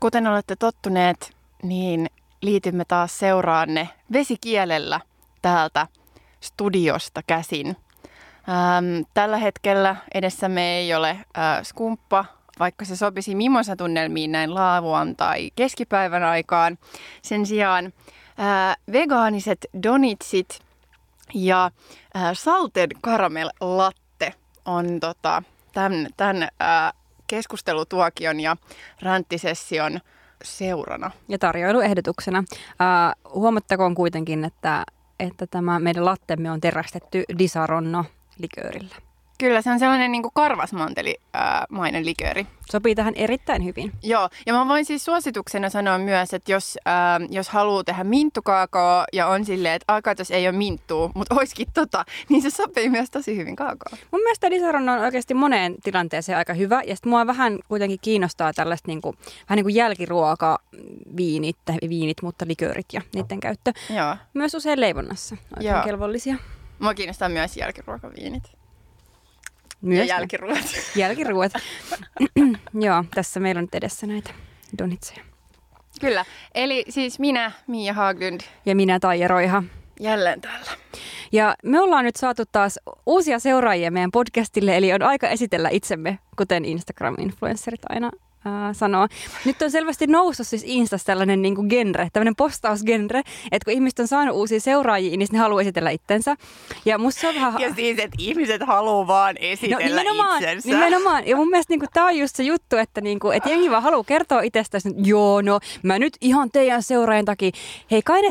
Kuten olette tottuneet, niin liitymme taas seuraanne vesikielellä täältä studiosta käsin. Tällä hetkellä edessämme ei ole skumppa, vaikka se sopisi mimosatunnelmiin näin laavuan tai keskipäivän aikaan. Sen sijaan vegaaniset donitsit ja salted caramel latte on tämän keskustelutuokion ja ranttisession seurana. Ja tarjoiluehdotuksena. Huomattakoon kuitenkin, että tämä meidän lattemme on terästetty Disaronno-liköörillä. Kyllä, se on sellainen niin kuin karvasmantelimainen likööri. Sopii tähän erittäin hyvin. Joo, ja mä voin siis suosituksena sanoa myös, että jos haluaa tehdä minttukaakao ja on silleen, että aikaitos ei ole minttua, mutta olisikin niin se sopii myös tosi hyvin kaakao. Mun mielestä Disaronno on oikeasti moneen tilanteeseen aika hyvä. Ja sitten mua vähän kuitenkin kiinnostaa tällaista vähän niin kuin jälkiruokaviinit, mutta liköörit ja niiden käyttö. Joo. Myös usein leivonnassa oikein kelvollisia. Mua kiinnostaa myös jälkiruokaviinit. Myös ja jälkiruot. Jälkiruot. Joo, tässä meillä on nyt edessä näitä donitseja. Kyllä. Eli siis minä, Miia Haglund. Ja minä, Taija Roiha. Jälleen täällä. Ja me ollaan nyt saatu taas uusia seuraajia meidän podcastille, eli on aika esitellä itsemme, kuten Instagram-influencerit aina sanoo. Nyt on selvästi noussut siis Instassa tällainen niin kuin genre, tämmöinen postausgenre, että kun ihmiset on saanut uusia seuraajia, niin ne haluaa esitellä itsensä. Ja musta se on vähän... Ja siis, että ihmiset haluaa vaan esitellä itsensä. Nimenomaan. Ja mun mielestä niin tämä on just se juttu, että jengi vaan haluaa kertoa itsestään, että joo, no mä nyt ihan teidän seuraajien takia. Hei, kai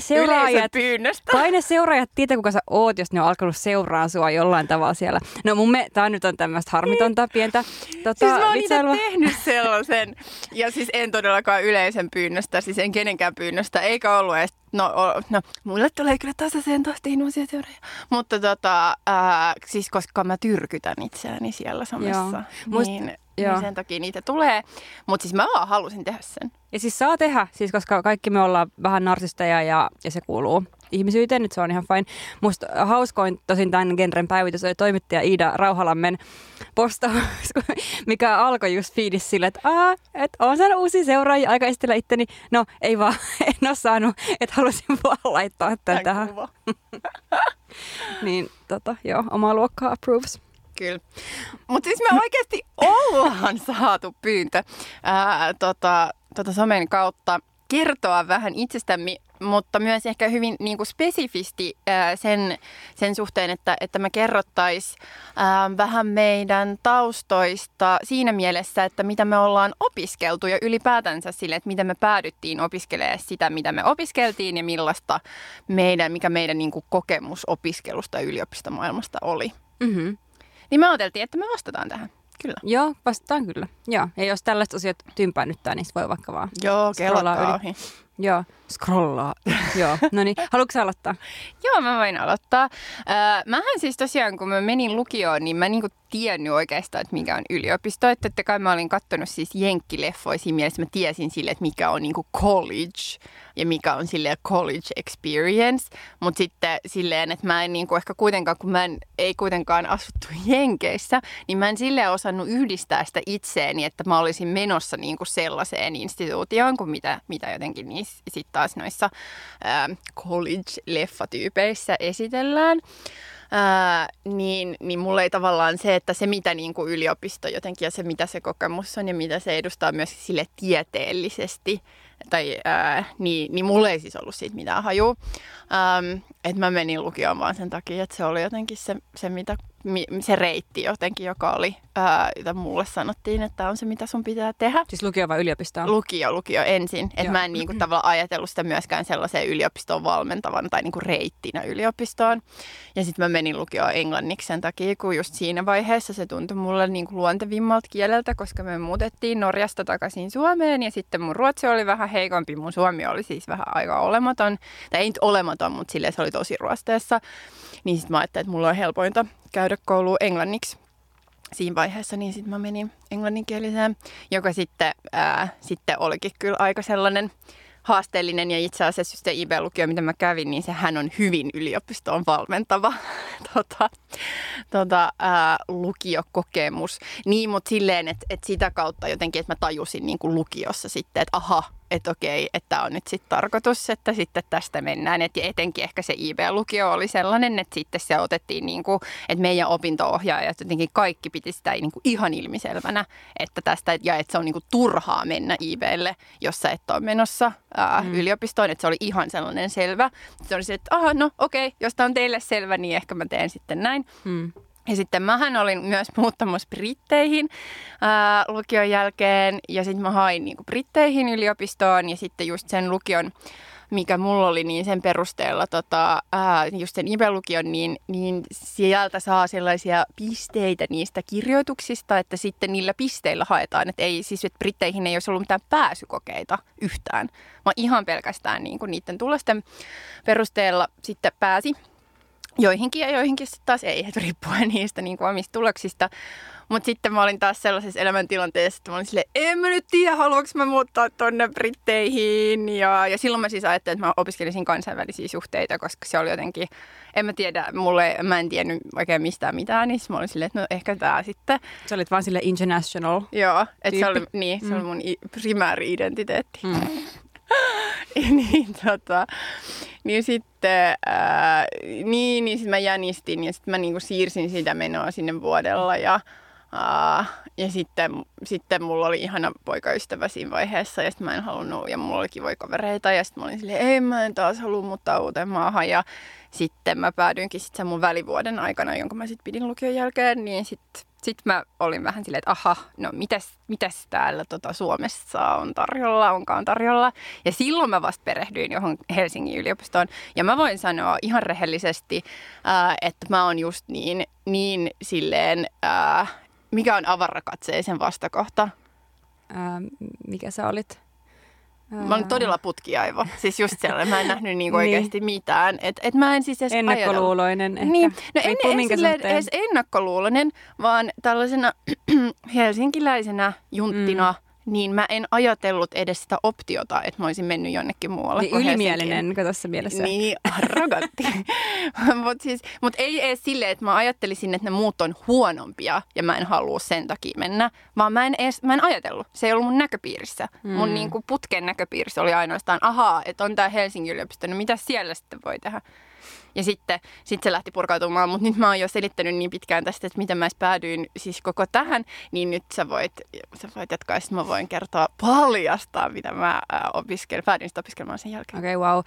ne seuraajat tietää, kuka sä oot, jos ne on alkanut seuraa sua jollain tavalla siellä. No tää nyt on tämmöistä harmitonta pientä siis mä oon itse tehnyt sellaisen. Ja siis en todellakaan yleisen pyynnöstä, siis en kenenkään pyynnöstä, eikä ollut edes, no mulle tulee kyllä tasaiseen tahtiin uusia seuraajia. Mutta siis koska mä tyrkytän itseäni siellä somessa, niin sen takia niitä tulee. Mutta siis mä vaan halusin tehdä sen. Ja siis saa tehdä, siis koska kaikki me ollaan vähän narsisteja ja se kuuluu ihmisyyteen, nyt se on ihan fine. Musta hauskoin tosin tämän genren päivitys oli toimittaja Iida Rauhalammen postaus, mikä alkoi just feedissä sille, että oon saanut uusia seuraajia, aika esitellä itteni. No ei vaan, en ole saanut, että halusin vaan laittaa tämän tähän. Niin joo, omaa luokkaa approves. Kyllä. Mutta siis me oikeasti ollaan saatu pyyntö somen kautta kertoa vähän itsestämme, mutta myös ehkä hyvin niin kuin spesifisti sen suhteen, että me kerrottaisiin vähän meidän taustoista siinä mielessä, että mitä me ollaan opiskeltu ja ylipäätänsä sille, että miten me päädyttiin opiskelemaan sitä, mitä me opiskeltiin ja mikä meidän niin kuin kokemus opiskelusta yliopistomaailmasta oli. Mm-hmm. Niin me ajateltiin, että me vastataan tähän. Kyllä. Joo, vastataan kyllä. Joo. Ja jos tällaiset asiat tympäännyttää, niin voi vaikka vaan scrollaa ohi. Joo, scrollaa. Joo, no niin. Haluatko sä aloittaa? Joo, mä voin aloittaa. Mähän siis tosiaan, kun mä menin lukioon, niin mä niinku tiennyt oikeastaan, että mikä on yliopisto. Että totta kai mä olin katsonut siis jenkkileffoja siinä mielessä, mä tiesin sille, että mikä on niinku college ja mikä on silleen college experience. Mutta sitten silleen, että mä en niinku ehkä kuitenkaan, kun ei kuitenkaan asuttu Jenkeissä, niin mä en silleen osannut yhdistää sitä itseeni, että mä olisin menossa niinku sellaiseen instituutioon kuin mitä jotenkin niissä sitten taas noissa college-leffatyypeissä esitellään. Niin mulla ei tavallaan se, että se mitä niin kuin yliopisto jotenkin ja se mitä se kokemus on ja mitä se edustaa myös sille tieteellisesti, niin mulla ei siis ollut siitä mitään hajua. Että mä menin lukioon vaan sen takia, että se oli jotenkin se reitti jotenkin, joka oli, jota mulle sanottiin, että on se, mitä sun pitää tehdä. Siis lukio vai yliopistoon? Lukio ensin. Että mä en niinku tavallaan ajatellut sitä myöskään sellaiseen yliopistoon valmentavana tai niinku reittinä yliopistoon. Ja sitten mä menin lukioon englanniksi sen takia, kun just siinä vaiheessa se tuntui mulle niinku luontevimmalta kieleltä, koska me muutettiin Norjasta takaisin Suomeen ja sitten mun ruotsi oli vähän heikompi. Mun suomi oli siis vähän aika olematon. Tai ei nyt olematon, mutta silleen se oli tosi ruosteessa. Niin sitten mä ajattelin, että mulla on helpointa käydä kouluun englanniksi siinä vaiheessa, niin sitten mä menin englanninkieliseen, joka sitten olikin kyllä aika sellainen haasteellinen ja itse asiassa just se IB-lukio, mitä mä kävin, niin sehän on hyvin yliopistoon valmentava lukiokokemus. Niin, mutta silleen, että sitä kautta jotenkin, että mä tajusin niin kuin lukiossa sitten, että aha, että okei, että tämä on nyt sitten tarkoitus, että sitten tästä mennään. Et etenkin ehkä se IB-lukio oli sellainen, että sitten se otettiin, niin kuin, että meidän opinto-ohjaajat jotenkin kaikki piti sitä niin kuin ihan ilmiselvänä, että tästä, ja että se on niin kuin turhaa mennä IBlle, jos sä et ole menossa yliopistoon, että se oli ihan sellainen selvä. Se oli se, että aha, no okei, jos tämä on teille selvä, niin ehkä mä teen sitten näin. Ja sitten mähän olin myös muuttamassa Britteihin lukion jälkeen ja sitten mä hain niin kuin Britteihin yliopistoon ja sitten just sen lukion, mikä mulla oli, niin sen perusteella just sen IB-lukion, niin sieltä saa sellaisia pisteitä niistä kirjoituksista, että sitten niillä pisteillä haetaan. Että ei, siis että Britteihin ei olisi ollut mitään pääsykokeita yhtään, vaan ihan pelkästään niin kuin niiden tulosten perusteella sitten pääsi. Joihinkin ja joihinkin sitten taas ei, että riippuen niistä niin kuin omista tuloksista. Mutta sitten mä olin taas sellaisessa elämäntilanteessa, että mä olin silleen, en mä nyt tiedä, haluanko mä muuttaa tonne Britteihin. Ja silloin mä siis ajattelin, että mä opiskelisin kansainvälisiä suhteita, koska se oli jotenkin, en mä tiedä, mä en tiennyt oikein mistään mitään, niin mä olin silleen, että no ehkä tää sitten. Sä olit vaan silleen international. Joo, että se oli mun primääri-identiteetti. Niin sitten niin sit mä jänistin ja sitten mä niinku siirsin sitä menoa sinne vuodella ja sitten mulla oli ihana poikaystävä siinä vaiheessa ja sitten mä en halunnut ja mulla oli kivoja kavereita ja sitten mä olin silleen, ei mä en taas halua muuttaa uuteen maahan ja sitten mä päädyinkin sitten sen mun välivuoden aikana, jonka mä sitten pidin lukion jälkeen, niin sitten mä olin vähän silleen, että aha, no mitäs täällä Suomessa onkaan tarjolla. Ja silloin mä vasta perehdyin johon Helsingin yliopistoon. Ja mä voin sanoa ihan rehellisesti, että mä oon just niin silleen, mikä on avarakatseisen vastakohta? Mikä sä olit? Mä olin todella putkiaivo. Siis just sellainen, mä en nähnyt niinku oikeasti mitään. Et mä en siis edes ennakkoluuloinen ehkä. Niin. No en edes ennakkoluuloinen, vaan tällaisena helsinkiläisenä junttina, niin mä en ajatellut edes sitä optiota, että mä olisin mennyt jonnekin muualle niin ylimielinen, tuossa mielessä. Niin, arrogantti. Mutta ei edes silleen, että mä ajattelisin, että ne muut on huonompia ja mä en halua sen takia mennä, vaan mä en ajatellut. Se ei ollut mun näköpiirissä. Mun niinku putken näköpiirissä oli ainoastaan, ahaa, että on tää Helsingin yliopisto, no mitä siellä sitten voi tehdä? Ja sitten se lähti purkautumaan, mutta nyt mä oon jo selittänyt niin pitkään tästä, että miten mä päädyin siis koko tähän, niin nyt sä voit jatkaa ja sitten mä voin paljastaa, mitä mä päädyin sitten opiskelemaan sen jälkeen. Okei, wow.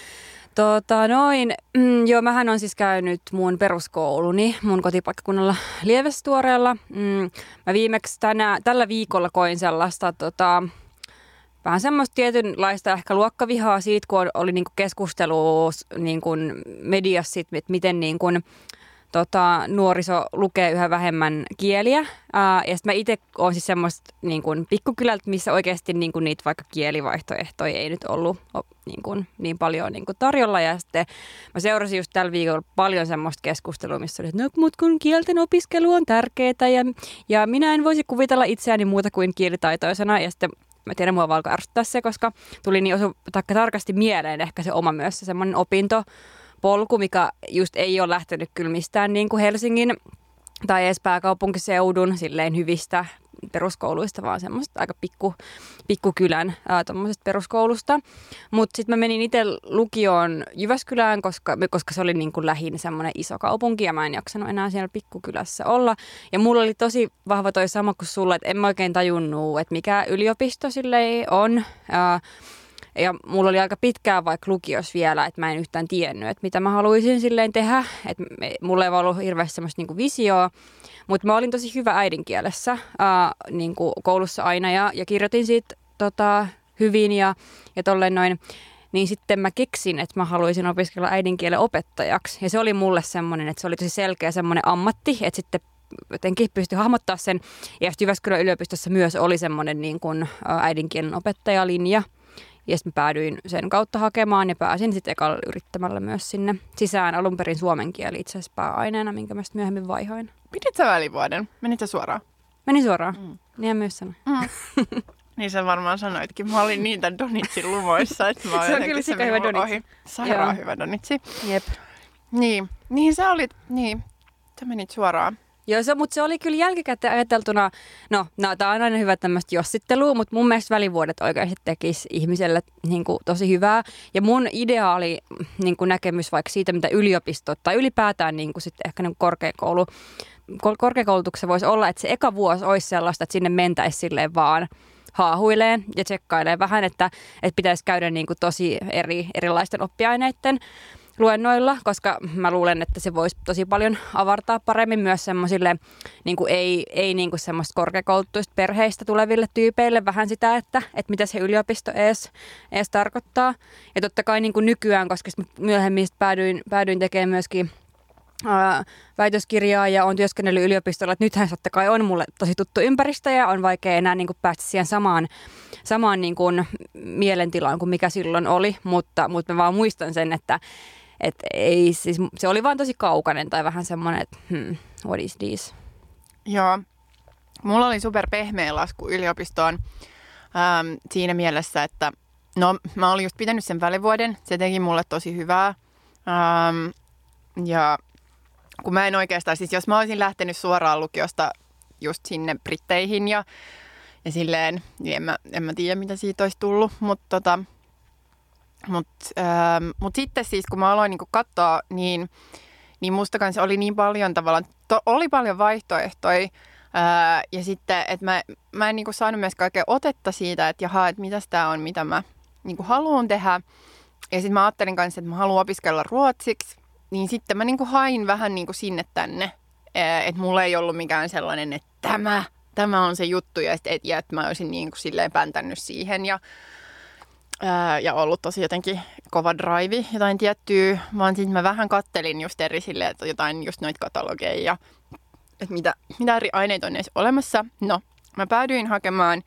Joo, mähän on siis käynyt mun peruskouluni mun kotipaikkakunnalla Lievestuoreella. Mä viimeksi tällä viikolla koin sellaista vähän semmoista tietynlaista ehkä luokkavihaa siitä, kun oli niinku keskustelu niinku mediassa, että miten niinku, nuoriso lukee yhä vähemmän kieliä. Ja sitten mä itse olen siis semmoista niinku pikkukylältä, missä oikeasti niinku niitä vaikka kielivaihtoehtoja ei nyt ollut niin paljon niinku tarjolla. Ja sitten mä seurasin just tällä viikolla paljon semmoista keskustelua, missä oli, että no, mut kun kielten opiskelu on tärkeää ja minä en voisi kuvitella itseäni muuta kuin kielitaitoisena. Ja sitten mä tiedän, mua alkoi ärsyttää se, koska tuli niin tarkasti mieleen ehkä se oma myös se semmoinen opintopolku, mikä just ei ole lähtenyt kyllä mistään niin kuin Helsingin tai edes pääkaupunkiseudun silleen hyvistä peruskouluista, vaan semmoista aika pikkukylän tuommoisesta peruskoulusta. Mutta sitten mä menin itse lukioon Jyväskylään, koska se oli niin kuin lähin semmoinen iso kaupunki ja mä en jaksanut enää siellä pikkukylässä olla. Ja mulla oli tosi vahva toi sama kuin sulla, että en mä oikein tajunnut, että mikä yliopisto silleen on. Ja mulla oli aika pitkään vaikka lukios vielä, että mä en yhtään tiennyt, että mitä mä haluaisin silleen tehdä. Että mulla ei vaan ollut hirveästi semmoista niinku visioa, mutta mä olin tosi hyvä äidinkielessä niinku koulussa aina ja kirjoitin siitä hyvin ja tolleen noin. Niin sitten mä keksin, että mä haluaisin opiskella äidinkielen opettajaksi. Ja se oli mulle semmoinen, että se oli tosi selkeä semmoinen ammatti, että sitten jotenkin pystyi hahmottaa sen. Ja Jyväskylän yliopistossa myös oli semmoinen niin kuin äidinkielen opettajalinja. Ja sitten mä päädyin sen kautta hakemaan ja pääsin sitten ekalla yrittämällä myös sinne sisään. Alun perin suomen kieli itse asiassa pääaineena, minkä mä sitten myöhemmin vaihoin. Pidit sä välivuoden? Menit sä suoraan? Menin suoraan. Niin myös sanoin. Niin sä varmaan sanoitkin. Mä olin niin tämän donitsin lumoissa, että mä se on kyllä sika hyvä donitsi. Sairaan hyvä donitsi. Jep. Niin sä olit, niin. Sä menit suoraan. Joo, mutta se oli kyllä jälkikäteen ajateltuna, no tää on aina hyvä tämmöistä jossittelua, mutta mun mielestä välivuodet oikeasti tekisi ihmiselle niin kuin, tosi hyvää. Ja mun ideaali niin kuin näkemys vaikka siitä, mitä yliopisto tai ylipäätään niin kuin sitten ehkä niin kuin korkeakoulutuksessa voisi olla, että se eka vuosi olisi sellaista, että sinne mentäisi silleen vaan haahuileen ja tsekkailee vähän, että pitäisi käydä niin kuin tosi erilaisten oppiaineiden luennoilla, koska mä luulen, että se voisi tosi paljon avartaa paremmin myös semmoisille niin kuin ei niin kuin semmoista korkeakoulutuista perheistä tuleville tyypeille vähän sitä, että mitä se yliopisto edes tarkoittaa. Ja totta kai niin kuin nykyään, koska myöhemmin päädyin tekemään myöskin väitöskirjaa ja on työskennellyt yliopistolla, että nythän totta kai on mulle tosi tuttu ympäristö ja on vaikea enää niin kuin päästä siihen samaan niin kuin mielentilaan kuin mikä silloin oli, mutta mä vaan muistan sen, että ei, siis, se oli vaan tosi kaukainen tai vähän semmoinen, että what is this? Joo, mulla oli super pehmeä lasku yliopistoon siinä mielessä, että no mä olin just pitänyt sen välivuoden, se teki mulle tosi hyvää ja kun mä en oikeastaan, siis jos mä olisin lähtenyt suoraan lukiosta just sinne Britteihin ja silleen, niin en mä tiedä mitä siitä olisi tullut, mutta sitten siis kun mä aloin niinku katsoa, niin musta kanssa oli niin paljon tavallaan, oli paljon vaihtoehtoja ja sitten, että mä en niinku saanut myös kaikkea otetta siitä, että jaha, että mitäs tää on, mitä mä niinku haluan tehdä. Ja sitten mä ajattelin kanssa, että mä haluan opiskella ruotsiksi, niin sitten mä niinku hain vähän niinku sinne tänne, että mulla ei ollut mikään sellainen, että tämä on se juttu ja että mä olisin niinku silleen päntännyt siihen ja ollut tosi jotenkin kova drive, jotain tiettyä, vaan sitten mä vähän kattelin just eri silleen, että jotain just noita katalogeja ja että mitä eri aineita on edes olemassa. No, mä päädyin hakemaan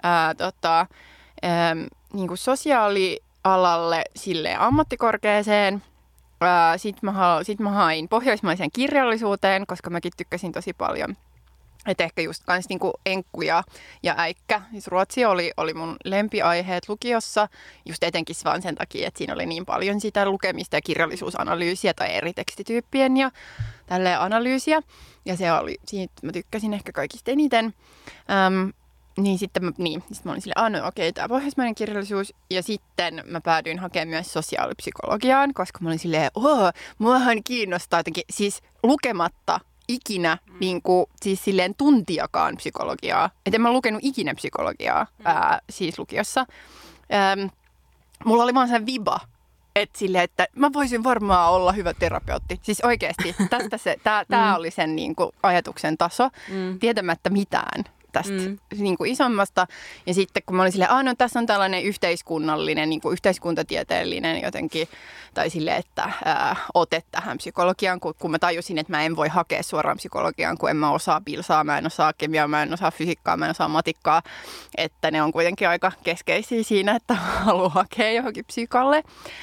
niinku sosiaalialalle silleen ammattikorkeeseen. Sitten mä hain pohjoismaiseen kirjallisuuteen, koska mäkin tykkäsin tosi paljon. Että ehkä just kans niinku enkku ja äikkä. Siis ruotsi oli mun lempiaiheet lukiossa, just etenkin vaan sen takia, että siinä oli niin paljon sitä lukemista ja kirjallisuusanalyysiä tai eri tekstityyppien ja tälleen analyysiä. Ja siitä mä tykkäsin ehkä kaikista eniten. Niin sitten mä olin silleen, no okei, tää pohjoismainen kirjallisuus. Ja sitten mä päädyin hakemaan myös sosiaalipsykologiaan, koska mä olin silleen, muahan kiinnostaa jotenkin, siis lukematta ikinä siis silleen tuntiakaan psykologiaa. Että en mä lukenut ikinä psykologiaa siis lukiossa. Mulla oli vaan sen viba, että mä voisin varmaan olla hyvä terapeutti. Siis oikeasti, tää oli sen ajatuksen taso, tietämättä mitään tästä isommasta. Ja sitten kun mä olin silleen, no tässä on tällainen yhteiskunnallinen, yhteiskuntatieteellinen jotenkin, tai silleen, että ote tähän psykologiaan, kun mä tajusin, että mä en voi hakea suoraan psykologiaan, kun en mä osaa pilsaa, mä en osaa kemiaa, mä en osaa fysiikkaa, mä en osaa matikkaa, että ne on kuitenkin aika keskeisiä siinä, että haluan hakea johonkin psykolle.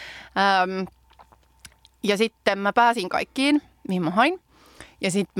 Ja sitten mä pääsin kaikkiin, mihin mä hain. Ja sitten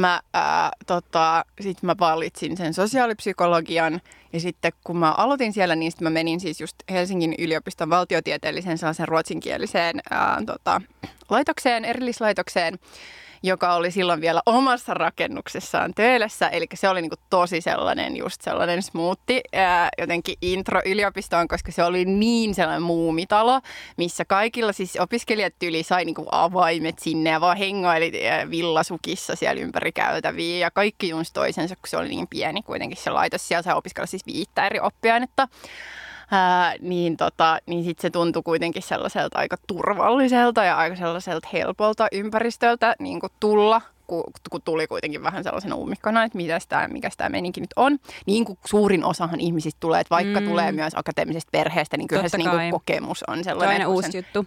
mä valitsin sen sosiaalipsykologian ja sitten kun mä aloitin siellä, niin sitten mä menin siis just Helsingin yliopiston valtiotieteellisen sellaisen ruotsinkieliseen laitokseen, erillislaitokseen, joka oli silloin vielä omassa rakennuksessaan Töölössä. Eli se oli niinku tosi sellainen smoothi jotenkin intro yliopistoon, koska se oli niin sellainen muumitalo, missä kaikilla siis opiskelijat tyyli sai niinku avaimet sinne ja vaan hengaili villasukissa siellä ympäri käytäviä ja kaikki junsi toisensa, kun se oli niin pieni kuitenkin se laitos. Siellä sai opiskella siis 5 eri oppiainetta. Niin sitten se tuntui kuitenkin sellaiselta aika turvalliselta ja aika sellaiselta helpolta ympäristöltä niin kuin tulla, kun tuli kuitenkin vähän sellaisena ummikkana, että mikäs tämä meininki nyt on. Niin kuin suurin osahan ihmisistä tulee, että vaikka tulee myös akateemisesta perheestä, niin kyllä se niin kuin kokemus on sellainen. Toinen uusi juttu.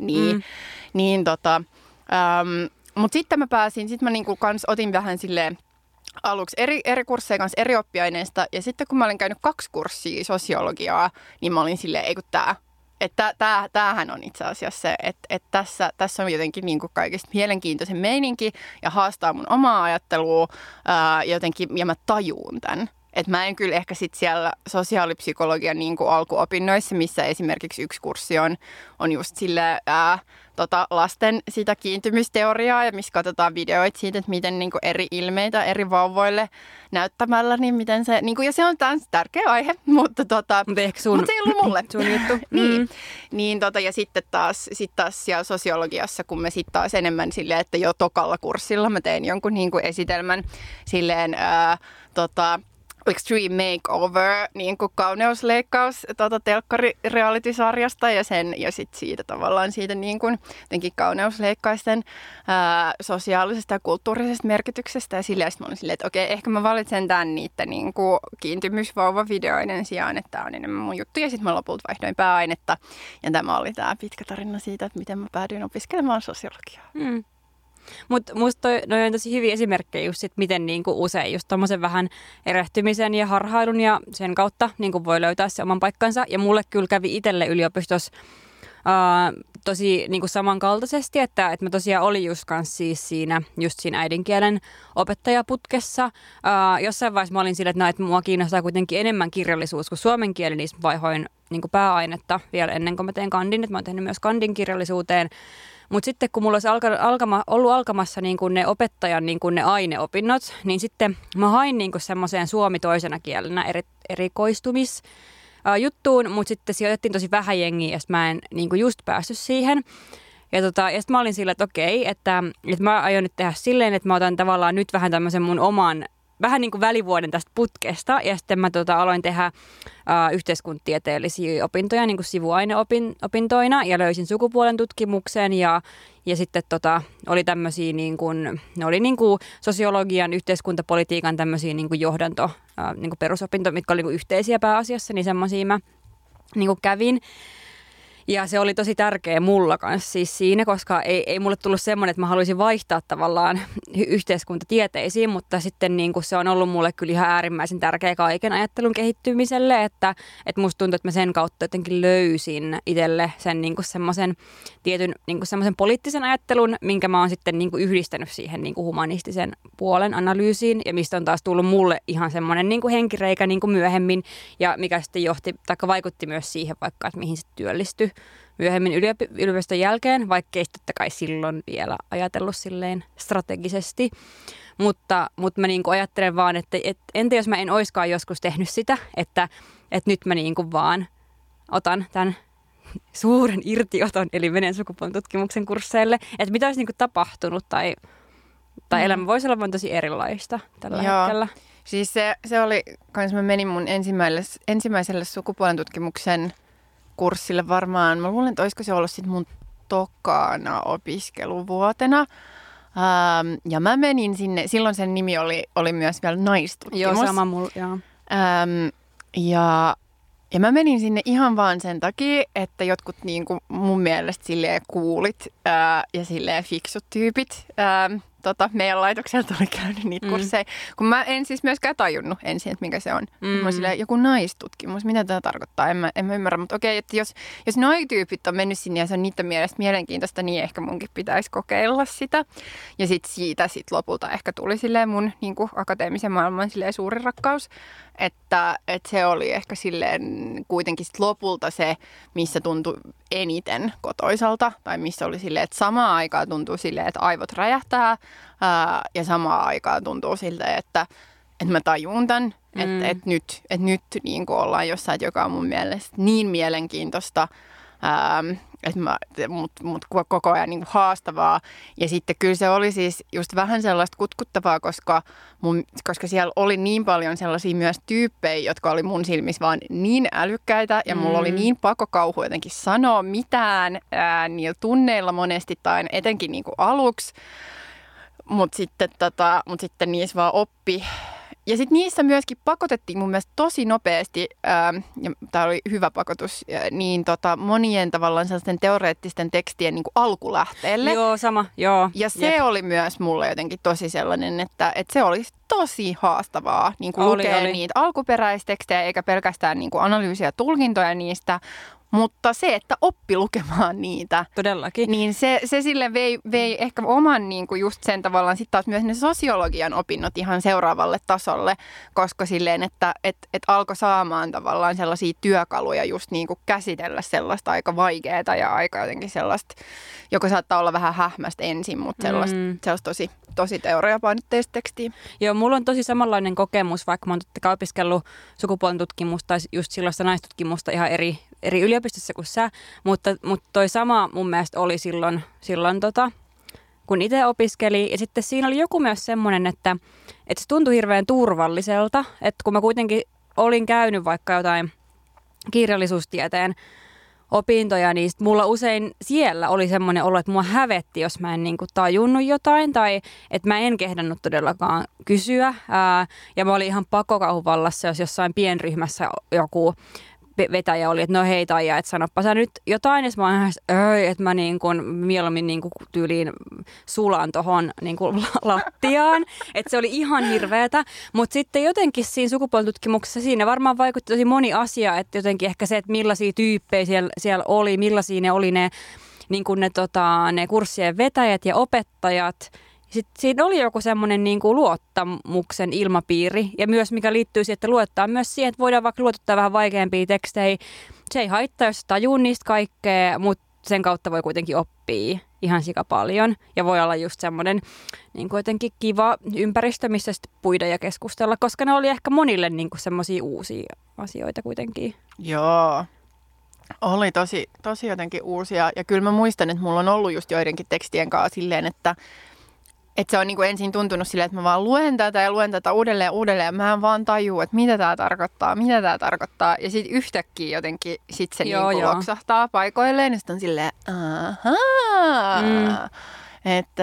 Mutta sitten mä niin kuin kans otin vähän silleen, aluksi eri kursseja kanssa eri oppiaineista ja sitten kun mä olin käynyt 2 kurssia sosiologiaa, niin mä olin silleen, ei kun tämähän on itse asiassa se, että tässä on jotenkin niin kuin kaikista mielenkiintoisen meininki ja haastaa mun omaa ajattelua jotenkin ja mä tajuun tämän. Et mä en kyllä ehkä sit siellä sosiaalipsykologian niin kuin alkuopinnoissa, missä esimerkiksi yksi kurssi on just sille lasten sitä kiintymysteoriaa ja missä katsotaan videoita siitä, että miten niin kuin eri ilmeitä eri vauvoille näyttämällä, niin miten se, niin kuin, ja se on taas tärkeä aihe, mutta mut se ei ollut mulle. sun juttu. Niin, ja sitten taas siellä sosiologiassa, kun me sitten taas enemmän silleen, että jo tokalla kurssilla mä tein jonkun niin kuin esitelmän silleen, Extreme Makeover, niin kuin kauneusleikkaus telkkari-reality-sarjasta ja sitten siitä tavallaan siitä niin kuin jotenkin kauneusleikkausten sosiaalisesta ja kulttuurisesta merkityksestä. Ja silleen mä olin silleen, että okei, ehkä mä valitsen tämän niiden niin kuin kiintymysvauvavideoiden sijaan, että tämä on enemmän mun juttu. Ja sitten mä lopulta vaihdoin pääainetta ja tämä oli tämä pitkä tarina siitä, että miten mä päädyin opiskelemaan sosiologiaa. Mutta musta noi on tosi hyviä esimerkkejä just sit, miten niinku usein just tommosen vähän erehtymisen ja harhailun ja sen kautta niinku voi löytää se oman paikkansa. Ja mulle kyllä kävi itselle yliopistossa tosi niinku samankaltaisesti, että mä tosiaan olin just siinä äidinkielen opettajaputkessa. Jossain vaiheessa mä olin sillä, että mua kiinnostaa kuitenkin enemmän kirjallisuus kuin suomen kieli, niin vaihoin niinku pääainetta vielä ennen kuin mä teen kandin. Et mä oon tehnyt myös kandin kirjallisuuteen. Mutta sitten kun mulla olisi ollut alkamassa niin kun ne opettajan niin kun ne aineopinnot, niin sitten mä hain niin semmoiseen suomi toisena kielenä erikoistumisjuttuun, mutta sitten sijoitettiin tosi vähän jengiä ja mä en niin just päässyt siihen. Ja sitten mä olin sillä, että okei, että mä aion nyt tehdä silleen, että mä otan tavallaan nyt vähän tämmöisen mun oman vähän niin kuin välivuoden tästä putkesta ja sitten mä aloin tehdä yhteiskuntatieteellisiä opintoja niin kuin sivuaineopintoina ja löysin sukupuolen tutkimuksen ja sitten oli tämmöisiä niin kuin, ne oli niin kuin sosiologian, yhteiskuntapolitiikan tämmöisiä niin kuin johdanto, niin kuin perusopinto, mitkä oli niin kuin yhteisiä pääasiassa, niin semmoisia mä niin kuin kävin. Ja se oli tosi tärkeä mulla kanssa siis siinä, koska ei mulle tullut semmoinen, että mä haluaisin vaihtaa tavallaan yhteiskuntatieteisiin, mutta sitten niin kuin se on ollut mulle kyllä ihan äärimmäisen tärkeä kaiken ajattelun kehittymiselle, että musta tuntuu, että mä sen kautta jotenkin löysin itselle sen niin kuin semmoisen tietyn niin kuin semmoisen poliittisen ajattelun, minkä mä oon sitten niin kuin yhdistänyt siihen niin kuin humanistisen puolen analyysiin ja mistä on taas tullut mulle ihan semmoinen niin kuin henkireikä niin kuin myöhemmin ja mikä sitten vaikutti myös siihen vaikka, että mihin se työllistyi myöhemmin yliopiston jälkeen, vaikkei totta kai silloin vielä ajatellut silleen strategisesti. Mutta mä niinku ajattelen vaan, että entä jos mä en oiskaan joskus tehnyt sitä, että nyt mä niinku vaan otan tämän suuren irtioton, eli menen sukupuolitutkimuksen kursseille, että mitä olisi niinku tapahtunut tai elämä voisi olla vaan tosi erilaista tällä hetkellä. Siis se oli, kun mä menin mun ensimmäiselle sukupuolentutkimuksen kurssille varmaan, mä luulen, että olisiko se ollut sitten mun tokana opiskeluvuotena. Ja mä menin sinne, silloin sen nimi oli myös vielä naistutkimus. Joo, sama mulla, joo. Ja mä menin sinne ihan vaan sen takia, että jotkut niinku mun mielestä silleen coolit ja silleen fiksut tyypit meidän laitokselta oli käynyt niitä kursseja. Kun mä en siis myöskään tajunnut ensin, että mikä se on. Mä silleen, joku naistutkimus, mitä tämä tarkoittaa, en mä ymmärrä. Mutta okei, että jos noi tyypit on mennyt sinne ja se on niiden mielestä mielenkiintoista, niin ehkä munkin pitäisi kokeilla sitä. Ja sitten siitä lopulta ehkä tuli silleen mun niin kuin akateemisen maailman silleen suuri rakkaus. Että se oli ehkä silleen kuitenkin sit lopulta se, missä tuntui eniten kotoisalta. Tai missä oli silleen, että samaan aikaan tuntuu silleen, että aivot räjähtää. Ja samaan aikaan tuntuu siltä, että mä tajun tämän. Että nyt niin kuin ollaan jossain, joka on mun mielestä niin mielenkiintoista. Mut koko ajan niin kuin haastavaa. Ja sitten kyllä se oli siis just vähän sellaista kutkuttavaa, koska siellä oli niin paljon sellaisia myös tyyppejä, jotka oli mun silmissä vaan niin älykkäitä. Ja mulla oli niin pakokauhu jotenkin sanoa mitään niillä tunneilla monesti tai etenkin niin kuin aluksi. Mutta sitten niissä vaan oppi. Ja sitten niissä myöskin pakotettiin mun mielestä tosi nopeasti, ja tämä oli hyvä pakotus, niin monien tavallaan sellaisten teoreettisten tekstien niin kuin alkulähteelle. Joo, sama, joo. Ja se oli myös mulle jotenkin tosi sellainen, että se oli tosi haastavaa niin kuin lukea niitä alkuperäistekstejä, eikä pelkästään niin kuin analyysiä ja tulkintoja niistä, mutta se, että oppi lukemaan niitä. Todellakin. Niin se sille vei ehkä oman niin kuin just sen tavallaan sitten taas myös ne sosiologian opinnot ihan seuraavalle tasolle, koska silleen, että alkoi saamaan tavallaan sellaisia työkaluja just niin kuin käsitellä sellaista aika vaikeaa ja aika jotenkin sellaista, joka saattaa olla vähän hähmästä ensin, mutta sellaista tosi teoriapainotteista tekstiä. Joo, mulla on tosi samanlainen kokemus, vaikka mä oon totta kai opiskellut sukupuolen tutkimusta tai just sellaista naistutkimusta ihan eri yliopistossa kuin sä, mutta toi sama mun mielestä oli silloin kun itse opiskeli. Ja sitten siinä oli joku myös semmoinen, että se tuntui hirveän turvalliselta, että kun mä kuitenkin olin käynyt vaikka jotain kirjallisuustieteen opintoja, niin mulla usein siellä oli semmoinen olo, että mua hävetti, jos mä en niinku tajunnut jotain tai että mä en kehdannut todellakaan kysyä. Ja mä olin ihan pakokauhuvallassa, jos jossain pienryhmässä joku vetäjä oli, että no hei Taija, että sanoppa sä nyt jotain, ja mä oon että mä niin kuin mieluummin niin kuin tyyliin sulaan tohon niin kuin lattiaan, että se oli ihan hirveetä, mutta sitten jotenkin siinä sukupuolitutkimuksessa siinä varmaan vaikutti tosi moni asia, että jotenkin ehkä se, että millaisia tyyppejä siellä oli, millaisia ne oli ne, niin kuin ne kurssien vetäjät ja opettajat. Sitten siinä oli joku semmoinen niin kuin luottamuksen ilmapiiri ja myös mikä liittyy siihen, että luottaa myös siihen, että voidaan vaikka luotuttaa vähän vaikeampia tekstejä. Se ei haittaa, jos tajuu niistä kaikkea, mutta sen kautta voi kuitenkin oppia ihan sika paljon. Ja voi olla just semmoinen niin kuin jotenkin kiva ympäristö, missä sitten puida ja keskustella, koska ne oli ehkä monille niin kuin semmoisia uusia asioita kuitenkin. Joo. Oli tosi jotenkin uusia. Ja kyllä mä muistan, että mulla on ollut just joidenkin tekstien kanssa silleen, että se on niin kuin ensin tuntunut silleen, että mä vaan luen tätä uudelleen. Mä en vaan tajuu, että mitä tää tarkoittaa. Ja sitten yhtäkkiä jotenkin sit se niin kuin loksahtaa paikoilleen. Ja sitten on silleen, että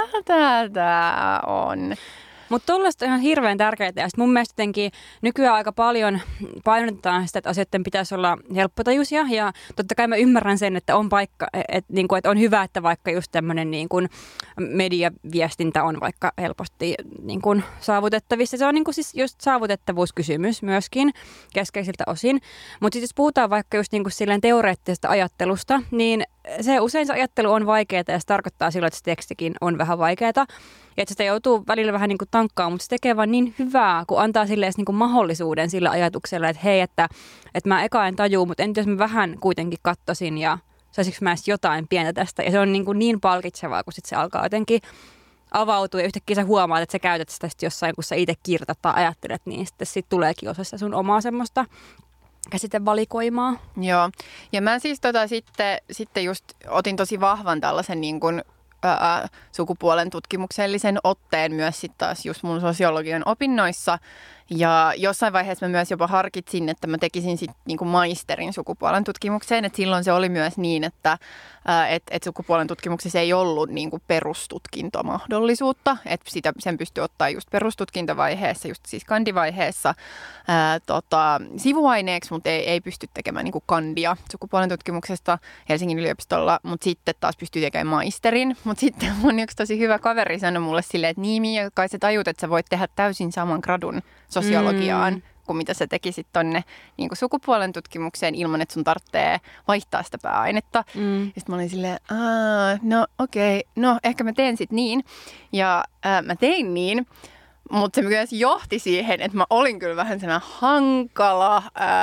tää on. Mutta tuollaista on ihan hirveän tärkeää. Ja mun mielestä jotenkin nykyään aika paljon painotetaan sitä, että asioiden pitäisi olla helppotajuisia. Ja totta kai mä ymmärrän sen, että on paikka, että on hyvä, että vaikka just tämmöinen niin kuin mediaviestintä on vaikka helposti niin kuin saavutettavissa. Se on niin kuin siis just saavutettavuuskysymys myöskin keskeisiltä osin. Mutta jos puhutaan vaikka just niin kuin silleen teoreettisesta ajattelusta, niin se ajattelu on vaikeaa ja se tarkoittaa silloin, että se tekstikin on vähän vaikeaa. Ja että sitä joutuu välillä vähän niin kuin tankkaamaan, mutta se tekee vaan niin hyvää, kun antaa sille edes niin kuin mahdollisuuden sillä ajatuksella, että hei, että mä eka en tajuu, mutta entä jos mä vähän kuitenkin kattosin ja saisinko mä edes jotain pientä tästä. Ja se on niin palkitsevaa, kun sit se alkaa jotenkin avautua ja yhtäkkiä sä huomaat, että sä käytät sitä jossain, kun sä itse kirjoitat tai ajattelet, niin sitten siitä tuleekin osa sitä sun omaa semmoista käsitevalikoimaa. Joo, ja mä siis sitten just otin tosi vahvan tällaisen niin kuin sukupuolen tutkimuksellisen otteen myös sitten taas just mun sosiologian opinnoissa. Ja jossain vaiheessa mä myös jopa harkitsin, että mä tekisin sitten niinku maisterin sukupuolen tutkimukseen. Et silloin se oli myös niin, että sukupuolen tutkimuksessa ei ollut niinku perustutkintomahdollisuutta. Että sen pystyi ottaa just perustutkintovaiheessa, just siis kandivaiheessa sivuaineeksi, mutta ei pysty tekemään niinku kandia sukupuolen tutkimuksesta Helsingin yliopistolla. Mutta sitten taas pystyy tekemään maisterin. Mutta sitten mun yksi tosi hyvä kaveri sanoi mulle silleen, että niin, kai sä tajut, että sä voit tehdä täysin saman gradun sosiologiaan, kuin mitä sä tekisit tonne niin kuin sukupuolen tutkimukseen ilman, että sun tarvitsee vaihtaa sitä pääainetta. Ja sitten mä olin silleen, no okei, no ehkä mä teen sit niin. Ja mä tein niin, mutta se myös johti siihen, että mä olin kyllä vähän sellainen hankala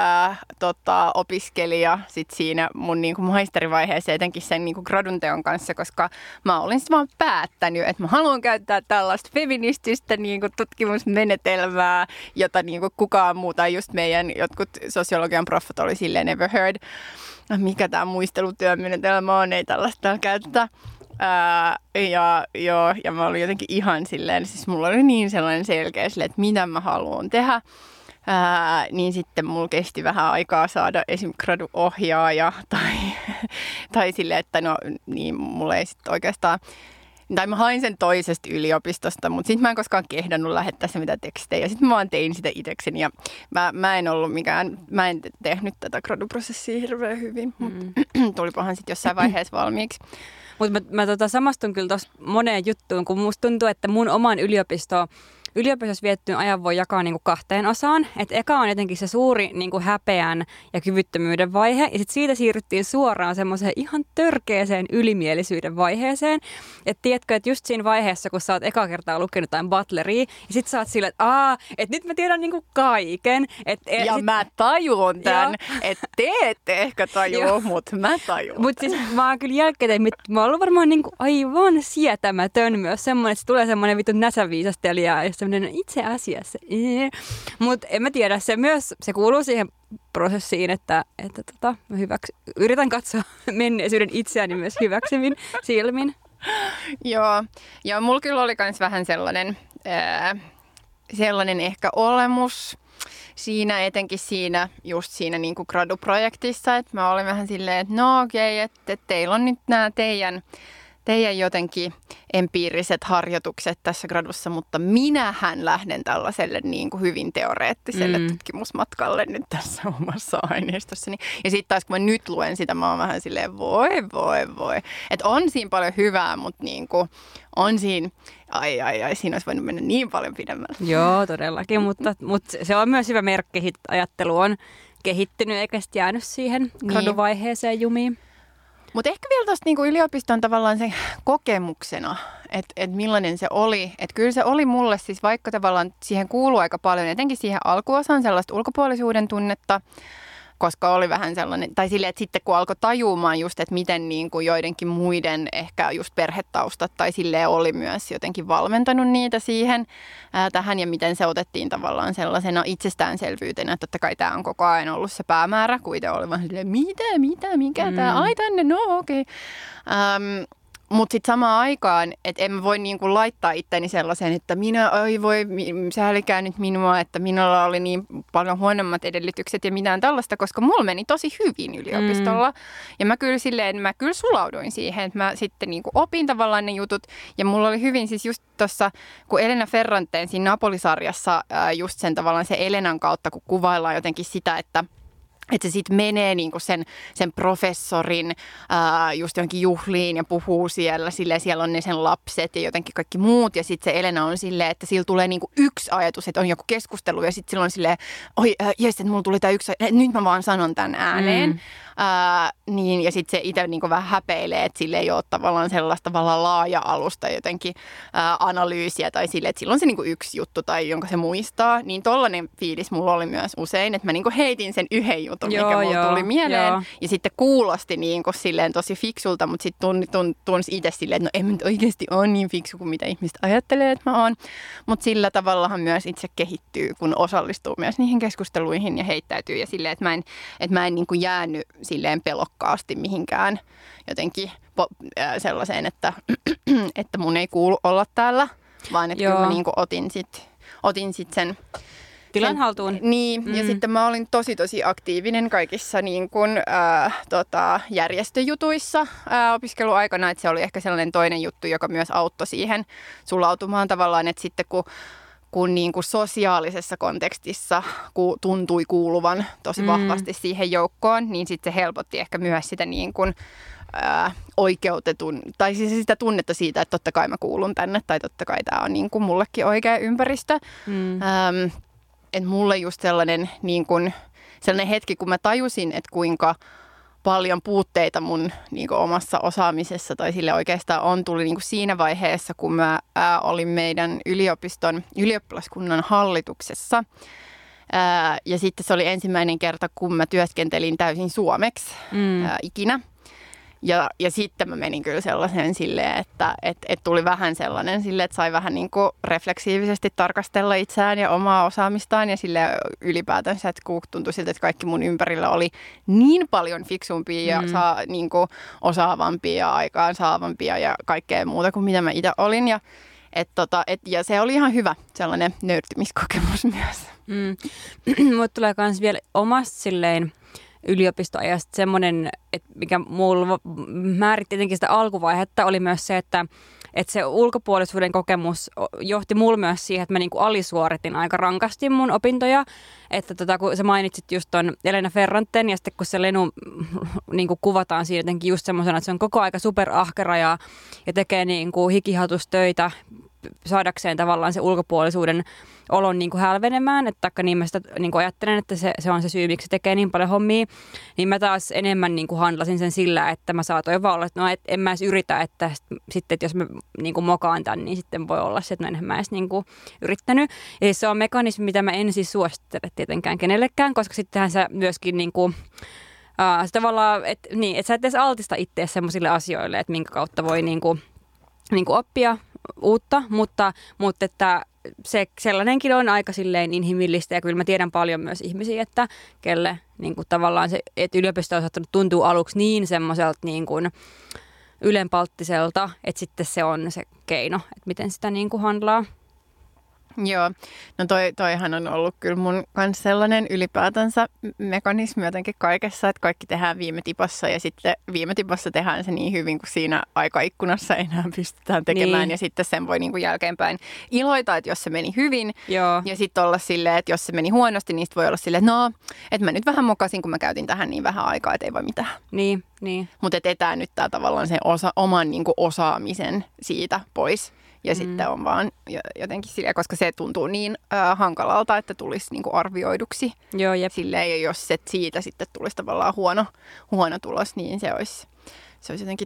opiskelija sit siinä mun niinku maisterivaiheessa etenkin sen niinku gradunteon kanssa, koska mä olin sitten vaan päättänyt, että mä haluan käyttää tällaista feminististä niinku tutkimusmenetelmää, jota niinku kukaan muu tai just meidän jotkut sosiologian proffat oli silleen never heard. Mikä tämä muistelutyömenetelmä on, ei tällaista täällä käytetä. Ja mä olin jotenkin ihan silleen, siis mulla oli niin sellainen selkeä silleen, että mitä mä haluan tehdä. Niin sitten mulla kesti vähän aikaa saada esim. Graduohjaaja tai silleen, että no niin mulla ei sitten oikeastaan, tai mä hain sen toisesta yliopistosta, mutta sitten mä en koskaan kehdannut lähettää se mitään tekstejä. Sitten mä vaan tein sitä itsekseni ja mä en tehnyt tätä graduprosessia hirveän hyvin, mutta tulipahan sitten jossain vaiheessa valmiiksi. Mutta mä samastun kyllä tuossa moneen juttuun, kun musta tuntuu, että mun oman yliopistossa viettyn ajan voi jakaa niin kuin kahteen osaan. Että eka on jotenkin se suuri niin kuin häpeän ja kyvyttömyyden vaihe. Ja sitten siitä siirryttiin suoraan semmoiseen ihan törkeeseen ylimielisyyden vaiheeseen. Että tiedätkö, että just siinä vaiheessa, kun sä oot eka kertaa lukenut jotain Butleria, ja sit sä oot silleen, että nyt mä tiedän niin kuin kaiken. Mä tajun tämän, että te ette ehkä tajua, mutta mä tajun. Mutta siis mä oon kyllä jälkeen, mä oon ollut varmaan niin kuin aivan sietämätön myös semmoinen, että se tulee semmoinen vitun näsäviisastelija ja semmoinen itse asiassa. Mutta en mä tiedä, se kuuluu siihen prosessiin, että mä yritän katsoa menneisyyden itseäni myös hyväksymin silmin. Joo, mulla kyllä oli myös vähän sellainen ehkä olemus siinä, etenkin just siinä niin kuin graduprojektissa, että mä olin vähän silleen, että no okei, että teillä on nyt nämä teidän jotenkin empiiriset harjoitukset tässä gradussa, mutta minähän lähden tällaiselle niin kuin hyvin teoreettiselle tutkimusmatkalle nyt tässä omassa aineistossani. Ja sitten taas kun mä nyt luen sitä, mä oon vähän silleen voi. Että on siinä paljon hyvää, mutta niin kuin on siinä, siinä olisi voinut mennä niin paljon pidemmälle. Joo, todellakin, mutta se on myös hyvä merkki, että ajattelu on kehittynyt eikä sitten jäänyt siihen graduvaiheeseen jumiin. Mutta ehkä vielä tuosta niinku yliopiston tavallaan se kokemuksena, että millainen se oli. Että kyllä se oli mulle siis, vaikka tavallaan siihen kuuluu aika paljon, etenkin siihen alkuosaan sellaista ulkopuolisuuden tunnetta, koska oli vähän sellainen, tai silleen, että sitten kun alkoi tajumaan just, että miten niin kuin joidenkin muiden ehkä just perhetaustat tai silleen oli myös jotenkin valmentanut niitä siihen tähän ja miten se otettiin tavallaan sellaisena itsestäänselvyytenä, että totta kai tämä on koko ajan ollut se päämäärä, kun itse oli vaan silleen, mikä tämä, ai tänne, no okei. Mutta sitten samaan aikaan, että en mä voi niinku laittaa itteni sellaiseen, että säällikää nyt minua, että minulla oli niin paljon huonommat edellytykset ja mitään tällaista, koska mulla meni tosi hyvin yliopistolla. Ja mä kyllä sulauduin siihen, että mä sitten niinku opin tavallaan ne jutut. Ja mulla oli hyvin siis just tuossa, kun Elena Ferranteen siinä Napoli-sarjassa just sen tavallaan se Elenan kautta, kun kuvaillaan jotenkin sitä, että se sitten menee niinku sen professorin just jonkin juhliin ja puhuu siellä. Siellä on ne sen lapset ja jotenkin kaikki muut. Ja sitten se Elena on silleen, että sillä tulee niinku yksi ajatus, että on joku keskustelu. Ja sitten sillä on silleen, että mulla tuli tämä yksi ajatus, nyt mä vaan sanon tämän ääneen. Niin, ja sitten se itse niinku vähän häpeilee, että sillä ei ole tavallaan sellaista tavallaan laaja-alusta jotenkin analyysiä. Tai silleen, että sillä on se niinku yksi juttu tai jonka se muistaa. Niin tollainen fiilis mulla oli myös usein, että mä niinku heitin sen yhden jutun, mikä mulla tuli mieleen. Joo. Ja sitten kuulosti niin kuin silleen tosi fiksulta, mutta sitten tunsi itse silleen, että no en nyt oikeasti ole niin fiksu kuin mitä ihmiset ajattelee, että mä oon. Mutta sillä tavallahan myös itse kehittyy, kun osallistuu myös niihin keskusteluihin ja heittäytyy. Ja silleen, että mä en niin kuin jäänyt silleen pelokkaasti mihinkään jotenkin sellaiseen, että mun ei kuulu olla täällä, vaan että kyllä mä niin kuin otin sit sen tilan haltuun. Niin, ja sitten mä olin tosi aktiivinen kaikissa niin kuin, järjestöjutuissa opiskeluaikana, että se oli ehkä sellainen toinen juttu, joka myös auttoi siihen sulautumaan tavallaan, että sitten kun niin kuin sosiaalisessa kontekstissa tuntui kuuluvan tosi vahvasti siihen joukkoon, niin sitten se helpotti ehkä myös sitä niin kuin oikeutetun, tai siis sitä tunnetta siitä, että totta kai mä kuulun tänne, tai totta kai tämä on niin kuin mullekin oikea ympäristö. Että mulle just sellainen hetki, kun mä tajusin, että kuinka paljon puutteita mun niin kuin omassa osaamisessa tai sille oikeastaan tuli niin kuin siinä vaiheessa, kun mä olin meidän yliopiston ylioppilaskunnan hallituksessa. Ja sitten se oli ensimmäinen kerta, kun mä työskentelin täysin suomeksi ikinä. Ja sitten mä menin kyllä sellaisen silleen, että tuli vähän sellainen silleen, että sai vähän niin kuin refleksiivisesti tarkastella itseään ja omaa osaamistaan ja sille ylipäätänsä, että kun tuntui siltä, että kaikki mun ympärillä oli niin paljon fiksumpia ja niin kuin osaavampia ja aikaansaavampia ja kaikkea muuta kuin mitä mä itse olin. Ja se oli ihan hyvä sellainen nöyrtymiskokemus myös. Mulle tulee myös vielä omasta silleen yliopistoajasta semmoinen, että mikä mulla määritti jotenkin sitä alkuvaihetta, oli myös se, että se ulkopuolisuuden kokemus johti mulla myös siihen, että mä niinku alisuoritin aika rankasti mun opintoja. Että kun sä mainitsit just ton Elena Ferranten ja sitten kun se Lenu niinku kuvataan siinä jotenkin just semmoisena, että se on koko aika superahkera ja tekee niinku hikihatustöitä saadakseen tavallaan se ulkopuolisuuden olon niin kuin hälvenemään, että taikka niin mä sitä niin kuin ajattelen, että se on se syy, miksi se tekee niin paljon hommia, niin mä taas enemmän niin kuin handlasin sen sillä, että mä saatoin vaan olla, että no en mä edes yritä, että sitten että jos mä niin kuin mokaan tämän, niin sitten voi olla se, että en mä edes niin kuin yrittänyt. Eli se on mekanismi, mitä mä en siis suosittele tietenkään kenellekään, koska sittenhän sä myöskin niin kuin tavallaan, että sä et edes altista itseäsi semmoisille asioille, että minkä kautta voi niin kuin oppia uutta, mutta että se sellainenkin on aika silleen inhimillistä ja kyllä mä tiedän paljon myös ihmisiä, että kelle niin kuin tavallaan se, että yliopisto on saattanut tuntua aluksi niin semmoiselta niin kuin ylenpalttiselta, että sitten se on se keino, että miten sitä niin kuin handlaa. Joo, no toihan on ollut kyllä mun kanssa sellainen ylipäätänsä mekanismi jotenkin kaikessa, että kaikki tehdään viime tipassa ja sitten viime tipassa tehdään se niin hyvin, kun siinä aikaikkunassa enää pystytään tekemään niin. Ja sitten sen voi niin kuin jälkeenpäin iloita, että jos se meni hyvin. Joo. Ja sitten olla silleen, että jos se meni huonosti, niin voi olla silleen, että no, että mä nyt vähän mokasin, kun mä käytin tähän niin vähän aikaa, että ei voi mitään. Niin. Mutta etäännyttää tavallaan sen oman niin kuin osaamisen siitä pois. Ja sitten on vaan jotenkin silleen, koska se tuntuu niin hankalalta, että tulisi niinku arvioiduksi. Joo, jep. Silleen, ja jos siitä sitten tulisi tavallaan huono tulos, niin se olisi jotenkin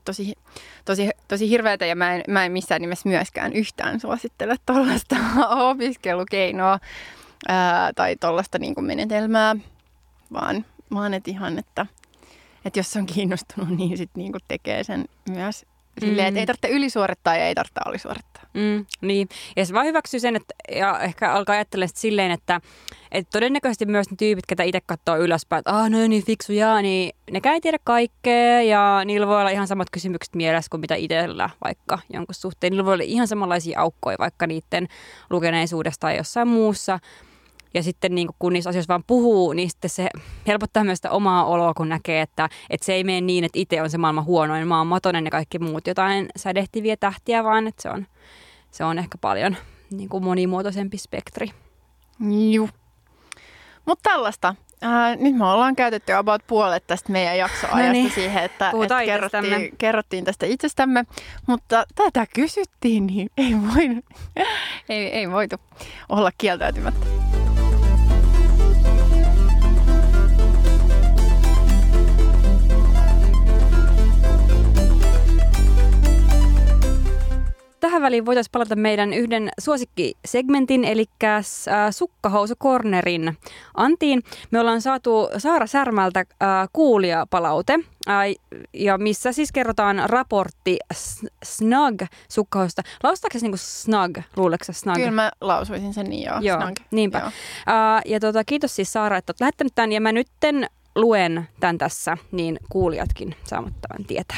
tosi hirveätä. Ja mä en missään nimessä myöskään yhtään suosittele tuollaista opiskelukeinoa tai tuollaista niinku menetelmää, vaan että ihan, että jos on kiinnostunut, niin sitten niinku tekee sen myös. Silleen, että ei tarvitse ylisuorittaa ja ei tarvitse alisuorittaa. Niin. Ja se vaan hyväksyy sen, että, ja ehkä alkaa ajattelemaan silleen, että todennäköisesti myös ne tyypit, ketä itse katsoo ylöspäin, että no niin fiksuja, niin nekään ei tiedä kaikkea ja niillä voi olla ihan samat kysymykset mielessä kuin mitä itsellä vaikka jonkun suhteen. Niillä voi olla ihan samanlaisia aukkoja vaikka niiden lukeneisuudesta tai jossain muussa. Ja sitten niin kun niissä asioissa vaan puhuu, niin sitten se helpottaa myös sitä omaa oloa, kun näkee, että se ei mene niin, että itse on se maailman huonoin, maan matonen ja kaikki muut jotain sädehtiviä tähtiä, vaan että se on ehkä paljon niin kuin monimuotoisempi spektri. Juu. Mutta tällaista. Nyt me ollaan käytetty about puolet tästä meidän jaksoajasta siihen, että kerrottiin tästä itsestämme, mutta tätä kysyttiin, niin ei voitu olla kieltäytymättä. Tähän väliin voitaisiin palata meidän yhden suosikkisegmentin, eli Sukkahousu-cornerin Antiin. Me ollaan saatu Saara Särmältä kuulijapalaute, ja missä siis kerrotaan raportti Snug-sukkahoususta. Lausutaanko se niin kuin Snug? Luuleeko Snug? Kyllä mä lausuisin sen niin, joo. Snug. Niinpä. Joo. Ja kiitos siis Saara, että olet lähettänyt tämän, ja mä nytten luen tämän tässä, niin kuulijatkin saamattaan tietää.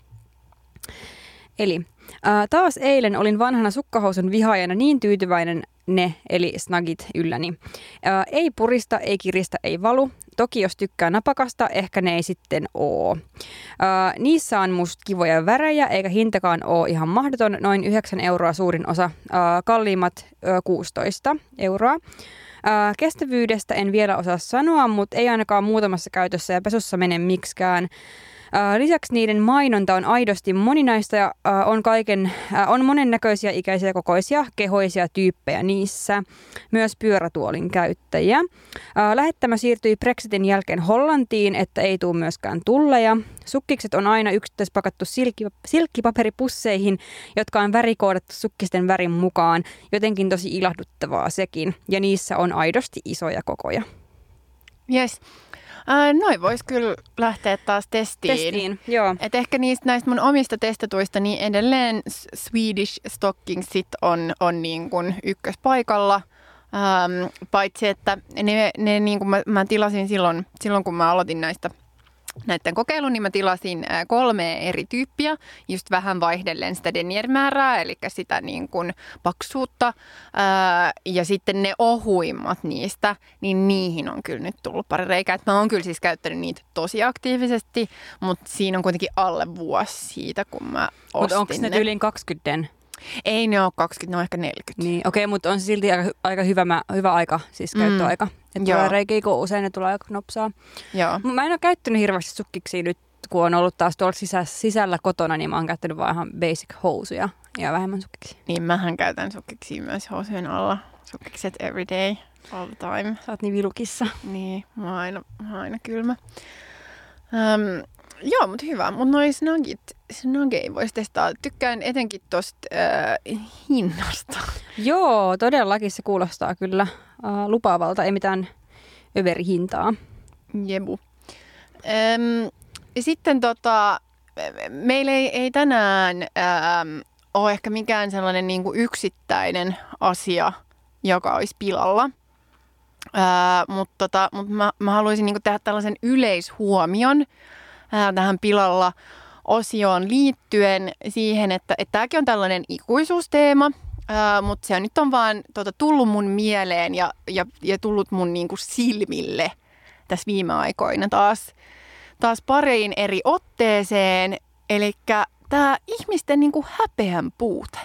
Eli taas eilen olin vanhana sukkahousun vihaajana niin tyytyväinen ne, eli snugit ylläni. Ei purista, ei kiristä, ei valu. Toki jos tykkää napakasta, ehkä ne ei sitten oo. Niissä on musta kivoja värejä, eikä hintakaan oo ihan mahdoton. Noin 9 euroa suurin osa, kalliimmat 16 euroa. Kestävyydestä en vielä osaa sanoa, mutta ei ainakaan muutamassa käytössä ja pesussa mene miksikään. Lisäksi niiden mainonta on aidosti moninaista ja on monennäköisiä ikäisiä kokoisia kehoisia tyyppejä niissä. Myös pyörätuolin käyttäjiä. Lähettämä siirtyi Brexitin jälkeen Hollantiin, että ei tule myöskään tulleja. Sukkikset on aina yksittäispakattu silkkipaperipusseihin, jotka on värikoodattu sukkisten värin mukaan. Jotenkin tosi ilahduttavaa sekin. Ja niissä on aidosti isoja kokoja. Yes. Noin voisi kyllä lähteä taas testiin. Joo. Et ehkä näistä mun omista testatuista, niin edelleen Swedish Stockingsit on niin kuin ykköspaikalla. Paitsi, että ne niin kuin mä tilasin silloin, kun mä aloitin näiden kokeilun, niin mä tilasin 3 eri tyyppiä, just vähän vaihdellen sitä denier-määrää, eli sitä niin kuin paksuutta. Ja sitten ne ohuimmat niistä, niin niihin on kyllä nyt tullut pari reikää. Mä oon kyllä siis käyttänyt niitä tosi aktiivisesti, mutta siinä on kuitenkin alle vuosi siitä, kun mä ostin. Mutta onko ne yli 20? Ei ne ole 20, ne on ehkä 40. Niin, okei, mutta on se silti aika hyvä aika, siis käyttöaika. Että tulee reikiä, kun usein ne tulee aika nopsaa. Joo. Mä en ole käyttänyt hirveästi sukkiksi nyt kun on ollut taas tuolla sisällä kotona, niin mä oon käyttänyt vaan ihan basic housuja ja vähemmän sukkiksi. Niin mähän käytän sukkiksi myös housujen alla. Sukkikset every day, all the time. Sä oot niin vilukissa. Niin, mä oon aina kylmä. Joo, mutta hyvä. Mutta noi snuggeja voisi testaa. Tykkään etenkin tosta hinnasta. Joo, todellakin se kuulostaa kyllä lupaavalta. Ei mitään överihintaa. Jebu. Sitten meillä ei tänään ole ehkä mikään sellainen niinku yksittäinen asia, joka olisi pilalla. Mutta mä haluaisin niinku tehdä tällaisen yleishuomion tähän pilalla osioon liittyen siihen, että tämäkin on tällainen ikuisuusteema, mutta se nyt on vaan tullut mun mieleen ja tullut mun niinku silmille tässä viime aikoina taas pariin eri otteeseen. Eli tämä ihmisten niinku häpeän puute.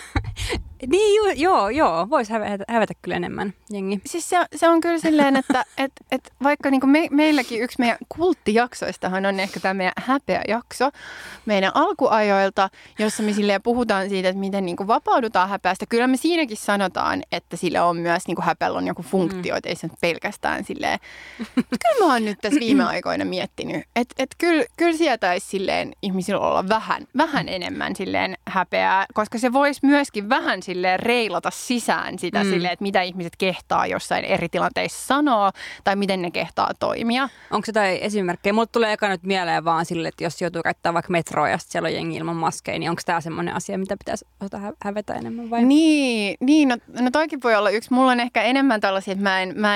Niin, joo. Voisi hävetä kyllä enemmän jengi. Siis se on kyllä silleen, että vaikka niinku meilläkin yksi meidän kulttijaksoistahan on ehkä tämä meidän häpeäjakso meidän alkuajoilta, jossa me silleen puhutaan siitä, että miten niinku vapaudutaan häpeästä. Kyllä me siinäkin sanotaan, että sillä on myös niinku häpeällä on joku funktio, että ei se pelkästään silleen. Kyllä mä oon nyt tässä viime aikoina miettinyt, että kyllä sietäisi silleen ihmisillä olla vähän enemmän silleen häpeää, koska se voisi myöskin vähän silleen reilata sisään sitä silleen, että mitä ihmiset kehtaa jossain eri tilanteissa sanoa tai miten ne kehtaa toimia. Onko se jotain esimerkkejä? Mulle tulee eka nyt mieleen vaan sille, että jos joutuu käyttämään vaikka metroa ja siellä on jengi ilman maskeja, niin onko tämä semmoinen asia, mitä pitäisi osata hävetä enemmän vai? Niin no toikin voi olla yksi. Mulla on ehkä enemmän tällaisia, että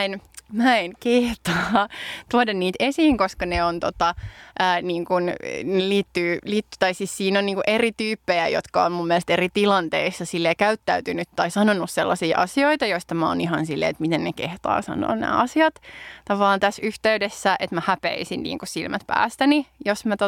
mä en kehtaa tuoda niitä esiin, koska ne on niin kuin liittyy, tai siis siinä on niin kuin eri tyyppejä, jotka on mun mielestä eri tilanteissa silleen käyttäytynyt tai sanonut sellaisia asioita, joista mä oon ihan silleen, että miten ne kehtaa sanoa nämä asiat. Tavallaan tässä yhteydessä, että mä häpeisin niin kuin silmät päästäni, jos mä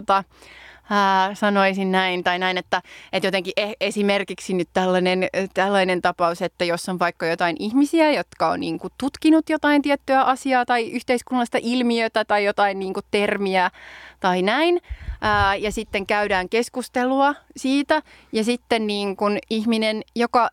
sanoisin näin tai näin, että jotenkin esimerkiksi nyt tällainen tapaus, että jos on vaikka jotain ihmisiä, jotka on niin kuin tutkinut jotain tiettyä asiaa tai yhteiskunnallista ilmiötä tai jotain niin kuin termiä tai näin, ja sitten käydään keskustelua siitä ja sitten niin kuin ihminen, joka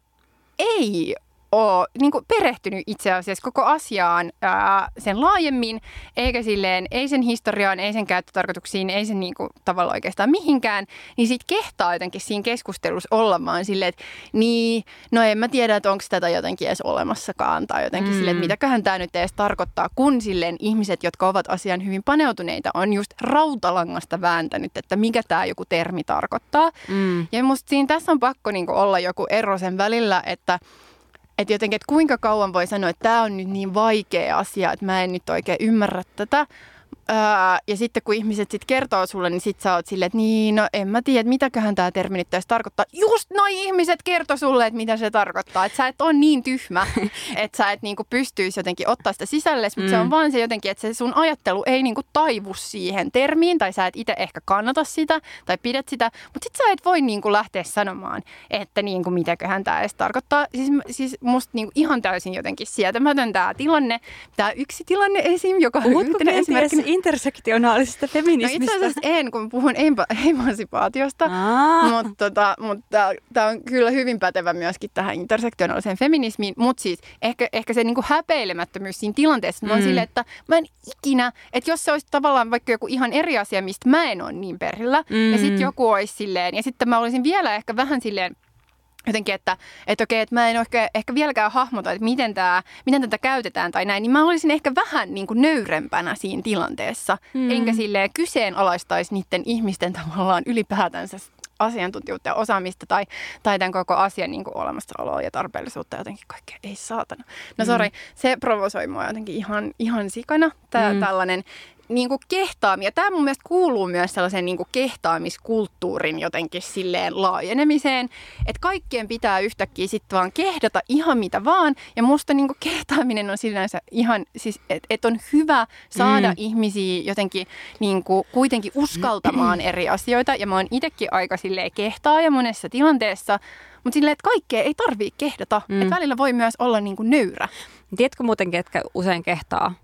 ei ole niin kuin perehtynyt itse asiassa koko asiaan sen laajemmin, eikä silleen, ei sen historiaan, ei sen käyttötarkoituksiin, ei sen niin kuin tavallaan oikeastaan mihinkään, niin sit kehtaa jotenkin siinä keskustelussa olla vaan silleen, että niin, no en mä tiedä, että onko tätä jotenkin edes olemassakaan, tai jotenkin silleen, että mitäköhän tämä nyt edes tarkoittaa, kun silleen ihmiset, jotka ovat asiaan hyvin paneutuneita, on just rautalangasta vääntänyt, että mikä tämä joku termi tarkoittaa. Ja musta siinä tässä on pakko niin kuin olla joku ero sen välillä, että jotenkin, että kuinka kauan voi sanoa, että tämä on nyt niin vaikea asia, että mä en nyt oikein ymmärrä tätä. Ja sitten kun ihmiset sitten kertoo sulle, niin sitten sä oot silleen, että niin, no en mä tiedä, että mitäköhän tämä termi nyt tässä tarkoittaa. Just noi ihmiset kertoo sulle, että mitä se tarkoittaa. Että sä et ole niin tyhmä, että sä et niinku pystyisi jotenkin ottaa sitä sisällesi, mutta se on vaan se jotenkin, että se sun ajattelu ei niinku taivu siihen termiin, tai sä et itse ehkä kannata sitä, tai pidät sitä, mutta sit sä et voi niinku lähteä sanomaan, että niinku mitäköhän tämä edes tarkoittaa. Siis musta niinku ihan täysin jotenkin sietämätön tämä tilanne. Tämä yksi tilanne esim, joka on yhtenä esimerkkinä. Intersektionaalisesta feminismistä. No itse asiassa en, kun puhun emansipaatiosta, mutta tämä on kyllä hyvin pätevä myöskin tähän intersektionaaliseen feminismiin, mutta siis ehkä se niinku häpeilemättömyys siinä tilanteessa on silleen, että mä en ikinä, että jos se olisi tavallaan vaikka joku ihan eri asia, mistä mä en ole niin perillä, ja sitten joku olisi silleen, ja sitten mä olisin vielä ehkä vähän silleen, jotenkin, että okei, että mä en ehkä vieläkään hahmota, että miten tätä käytetään tai näin, niin mä olisin ehkä vähän niin kuin nöyrempänä siinä tilanteessa, enkä silleen kyseenalaistaisi niiden ihmisten tavallaan ylipäätänsä asiantuntijuutta ja osaamista tai tämän koko asian niin kuin olemassaoloa ja tarpeellisuutta jotenkin kaikkea. Ei saatana. No sori, se provosoi mua jotenkin ihan sikana, tällainen niin kuin kehtaamia. Tämä mun mielestä kuuluu myös sellaisen niin kuin kehtaamiskulttuurin jotenkin silleen laajenemiseen, että kaikkien pitää yhtäkkiä sitten vaan kehdata ihan mitä vaan. Ja musta niin kuin kehtaaminen on sillänsä ihan, siis, että on hyvä saada ihmisiä jotenkin niin kuin kuitenkin uskaltamaan eri asioita. Ja mä oon itsekin aika silleen kehtaaja monessa tilanteessa, mutta silleen, että kaikkea ei tarvitse kehdata. Että välillä voi myös olla niin kuin nöyrä. Tiedätkö muutenkin, etkä usein kehtaa?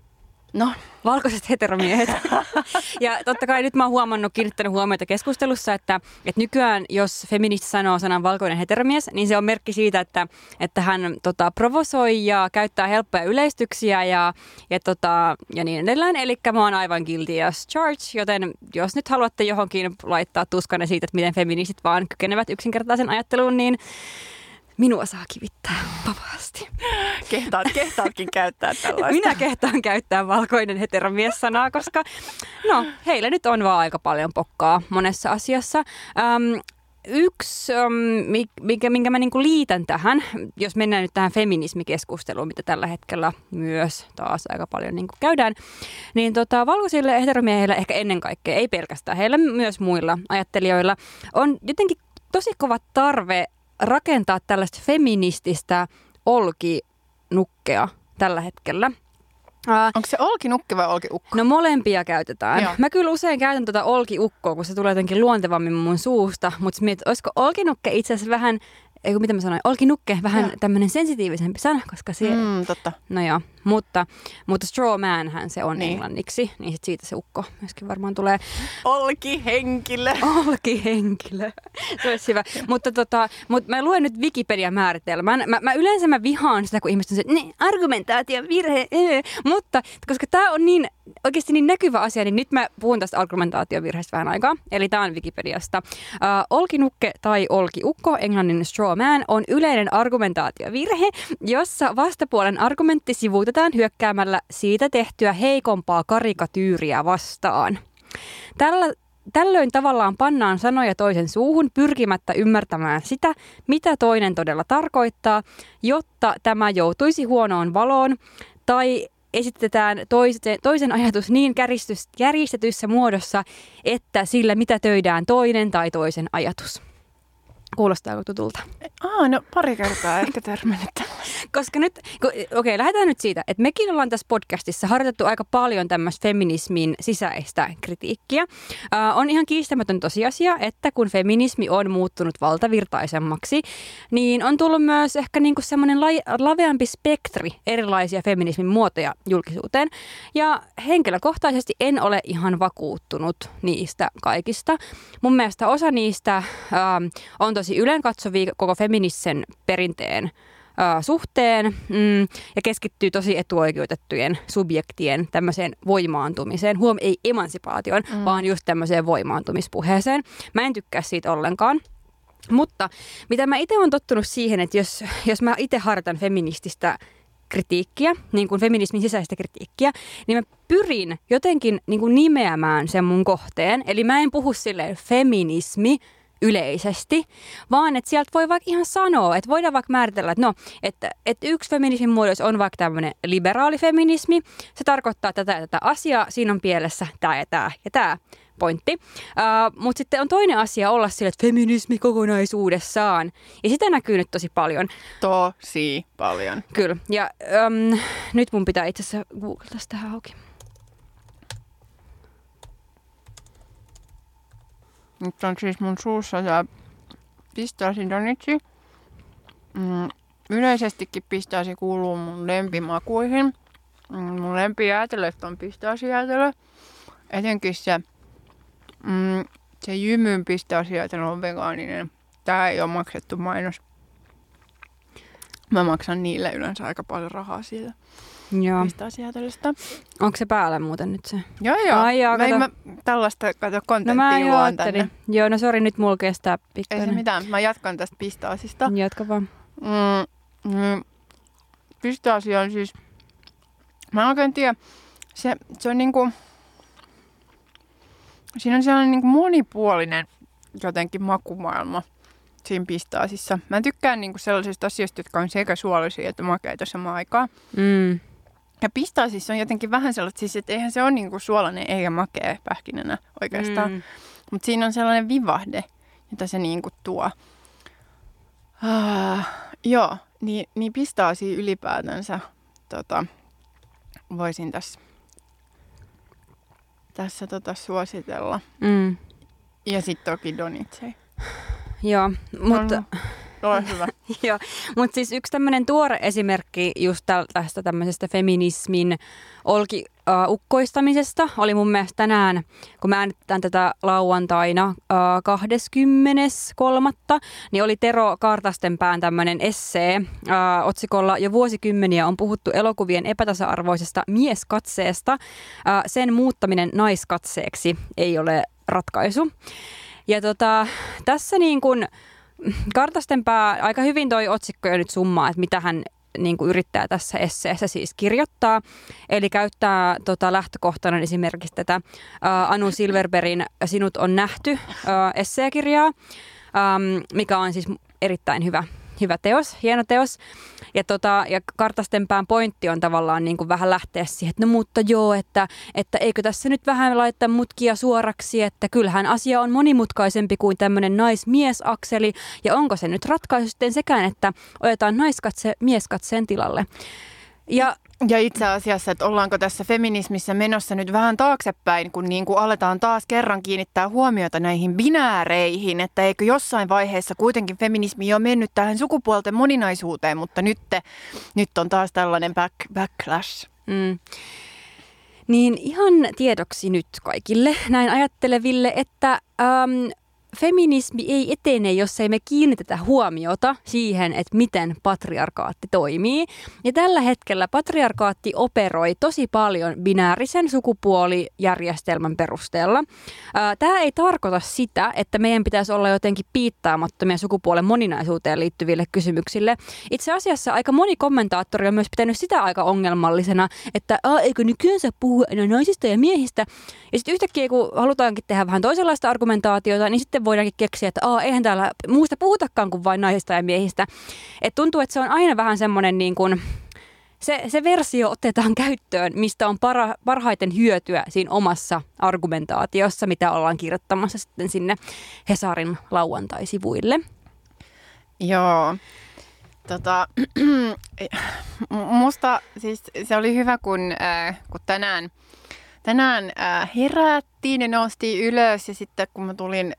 No. Valkoiset heteromiehet. Ja totta kai nyt mä oon kiinnittänyt huomiota keskustelussa, että että jos feministi sanoo sanan valkoinen heteromies, niin se on merkki siitä, että hän provosoi ja käyttää helppoja yleistyksiä ja niin edelleen. Eli mä oon aivan guilty as charged, joten jos nyt haluatte johonkin laittaa tuskanne siitä, että miten feministit vaan kykenevät yksinkertaisen ajatteluun, niin minua saa kivittää vapaasti. Kehtaatkin käyttää tällaista. Minä kehtaan käyttää valkoinen heteromies-sanaa, koska heillä nyt on vaan aika paljon pokkaa monessa asiassa. Yksi, minkä mä niinku liitän tähän, jos mennään nyt tähän feminismikeskusteluun, mitä tällä hetkellä myös taas aika paljon niinku käydään, niin valkoisille heteromiehillä ehkä ennen kaikkea, ei pelkästään heillä, myös muilla ajattelijoilla, on jotenkin tosi kova tarve rakentaa tällaista feminististä olkinukkea tällä hetkellä. Onko se olkinukke vai olkiukko? No molempia käytetään. Joo. Mä kyllä usein käytän olkiukkoa, kun se tulee jotenkin luontevammin mun suusta, mutta mietit, olisiko olkinukke itse asiassa vähän, mitä mä sanoin, olkinukke vähän tämmöinen sensitiivisempi sana, koska se... totta. No joo, mutta straw manhän se on englanniksi, niin sit siitä se ukko myöskin varmaan tulee. Olkihenkilö. Olkihenkilö. Se olisi hyvä. Mutta mä luen nyt Wikipedia-määritelmän. Mä yleensä vihaan sitä, kun ihmiset on se, argumentaatio, virhe, mutta koska tää on oikeasti niin näkyvä asia, niin nyt mä puhun tästä argumentaatiovirheestä vähän aikaa. Eli tää on Wikipediasta. Olkinukke tai olkiukko, englannin straw man, on yleinen argumentaatiovirhe, jossa vastapuolen argumentti sivuutetaan hyökkäämällä siitä tehtyä heikompaa karikatyyriä vastaan. Tällöin tavallaan pannaan sanoja toisen suuhun pyrkimättä ymmärtämään sitä, mitä toinen todella tarkoittaa, jotta tämä joutuisi huonoon valoon, tai esitetään toisen ajatus niin kärjistetyssä muodossa, että sillä mitä töidään toinen tai toisen ajatus. Kuulostaako tutulta? No pari kertaa ehkä törmännyt tällaista. Koska nyt, lähdetään nyt siitä, että mekin ollaan tässä podcastissa harjoitettu aika paljon tämmöistä feminismin sisäistä kritiikkiä. On ihan kiistämätön tosiasia, että kun feminismi on muuttunut valtavirtaisemmaksi, niin on tullut myös ehkä niinku semmoinen laveampi spektri erilaisia feminismin muotoja julkisuuteen. Ja henkilökohtaisesti en ole ihan vakuuttunut niistä kaikista. Mun mielestä osa niistä on tosi ylenkatsovia koko feministisen perinteen suhteen ja keskittyy tosi etuoikeutettujen subjektien tämmöiseen voimaantumiseen. Ei emansipaatioon, vaan just tämmöiseen voimaantumispuheeseen. Mä en tykkää siitä ollenkaan. Mutta mitä mä itse olen tottunut siihen, että jos mä itse harjoitan feminististä kritiikkiä, niin kuin feminismin sisäistä kritiikkiä, niin mä pyrin jotenkin niin kuin nimeämään sen mun kohteen. Eli mä en puhu silleen feminismi yleisesti, vaan että sieltä voi vaikka ihan sanoa, että voidaan vaikka määritellä, että yksi feminismin muodossa on vaikka tämmöinen liberaalifeminismi. Se tarkoittaa tätä ja tätä asiaa, siinä on pielessä tämä ja tämä ja tämä pointti. Mutta sitten on toinen asia olla sille, että feminismi kokonaisuudessaan. Ja sitä näkyy nyt tosi paljon. Tosi paljon. Kyllä. Ja nyt mun pitää itse asiassa googlata tähän auki. Nyt on siis mun suussa tämä pistaasi-donitsi. Yleisestikin pistaasi kuuluu mun lempimakuihin. Mun lempijäätelöstä on pistaasijäätelö. Etenkin se Jymyn pistaasijäätelö on vegaaninen. Tää ei ole maksettu mainos. Mä maksan niille yleensä aika paljon rahaa siitä. Joo. Pistaasijäätelöstä. Onko se päällä muuten nyt se? Joo. Mä tällaista kontenttia luon tänne. Joo, no sori, nyt mulla kestää pikkainen. Ei se mitään, mä jatkan tästä pistaasista. Jatka vaan. Pistaasia on siis, mä en oikein tiedä, se on niinku, siinä on sellainen niinku monipuolinen jotenkin makumaailma siinä pistaasissa. Mä tykkään niinku sellaisista asioista, jotka on sekä suolaisia että makeita samaan aikaan. Ja pistaasissa on jotenkin vähän sellaista, siis, että eihän se ole niinku suolainen eikä makea pähkinänä oikeastaan. Mutta siinä on sellainen vivahde, jota se niinku tuo. Joo, niin pistaasia ylipäätänsä voisin tässä suositella. Ja sitten toki donitsei. Joo, mutta... Ole hyvä. Joo, mutta siis yksi tämmöinen tuore esimerkki just tästä tämmöisestä feminismin ukkoistamisesta oli mun mielestä tänään, kun me äänitetään tätä lauantaina 23. niin oli Tero Kaartastenpään tämmöinen essee otsikolla "Jo vuosikymmeniä on puhuttu elokuvien epätasa-arvoisesta mieskatseesta. Sen muuttaminen naiskatseeksi ei ole ratkaisu." Ja tässä niin kuin Kaartastenpää aika hyvin toi otsikko jo nyt summaa, että mitä hän niin kuin yrittää tässä esseessä siis kirjoittaa. Eli käyttää lähtökohtana esimerkiksi tätä Anu Silverbergin "Sinut on nähty" esseekirjaa, mikä on siis erittäin hyvä teos, hieno teos. Ja Kaartastenpään pointti on tavallaan niin kuin vähän lähteä siihen, että no mutta joo, että eikö tässä nyt vähän laittaa mutkia suoraksi, että kyllähän asia on monimutkaisempi kuin tämmöinen nais-mies-akseli, ja onko se nyt ratkaisu sitten sekään, että otetaan naiskatse mieskatseen tilalle. Ja itse asiassa, että ollaanko tässä feminismissä menossa nyt vähän taaksepäin, kun niin kuin aletaan taas kerran kiinnittää huomiota näihin binääreihin, että eikö jossain vaiheessa kuitenkin feminismi jo mennyt tähän sukupuolten moninaisuuteen, mutta nyt on taas tällainen backlash. Niin ihan tiedoksi nyt kaikille näin ajatteleville, että feminismi ei etene, jos ei me kiinnitetä huomiota siihen, että miten patriarkaatti toimii. Ja tällä hetkellä patriarkaatti operoi tosi paljon binäärisen sukupuolijärjestelmän perusteella. Tämä ei tarkoita sitä, että meidän pitäisi olla jotenkin piittaamattomia sukupuolen moninaisuuteen liittyville kysymyksille. Itse asiassa aika moni kommentaattori on myös pitänyt sitä aika ongelmallisena, että eikö nykyään saa puhua aina naisista ja miehistä. Ja sitten yhtäkkiä, kun halutaankin tehdä vähän toisenlaista argumentaatiota, niin sitten voidaankin keksiä, että eihän täällä muusta puhutakaan kuin vain naisista ja miehistä. Et tuntuu, että se on aina vähän semmoinen, niin kuin, se versio otetaan käyttöön, mistä on parhaiten hyötyä siinä omassa argumentaatiossa, mitä ollaan kirjoittamassa sitten sinne Hesarin lauantai-sivuille. Joo. Musta siis se oli hyvä, kun tänään herättiin ja noustiin ylös ja sitten kun mä tulin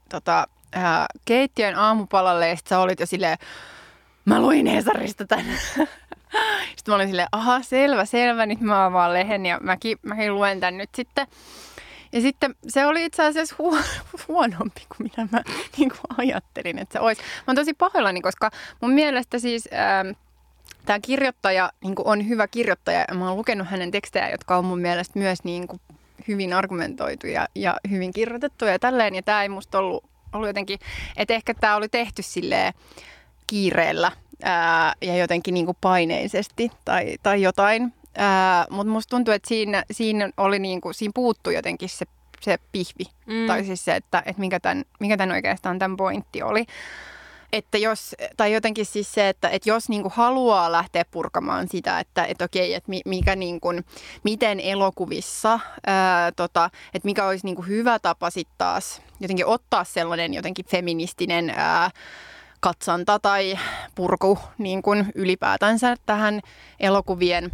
keittiön aamupalalle ja sitten sä olit jo silleen, mä luin Hesarista tänne. Sitten mä olin silleen, selvä, nyt mä avaan lehen ja mäkin luen tän nyt sitten. Ja sitten se oli itse asiassa huonompi kuin mitä mä niin kuin ajattelin, että se olisi. Mä oon tosi pahoillani, koska mun mielestä siis tämä kirjoittaja niin kuin on hyvä kirjoittaja ja mä oon lukenut hänen tekstejä, jotka on mun mielestä myös niin kuin hyvin argumentoituja ja hyvin kirjoitettuja ja tälleen. Ja tämä ei musta ollut jotenkin, että ehkä tämä oli tehty silleen kiireellä ja jotenkin niin kuin paineisesti tai jotain. Mutta musta tuntuu, että siinä oli niin kuin, siinä puuttui jotenkin se pihvi. Tai siis se, että mikä tämän oikeastaan tämän pointti oli. Että tai jotenkin siis se, että jos niin kuin haluaa lähteä purkamaan sitä, että okei, että mikä niin kuin, miten elokuvissa, että mikä olisi niin kuin hyvä tapa sitten taas jotenkin ottaa sellainen jotenkin feministinen katsanta tai purku niin kuin ylipäätänsä tähän elokuvien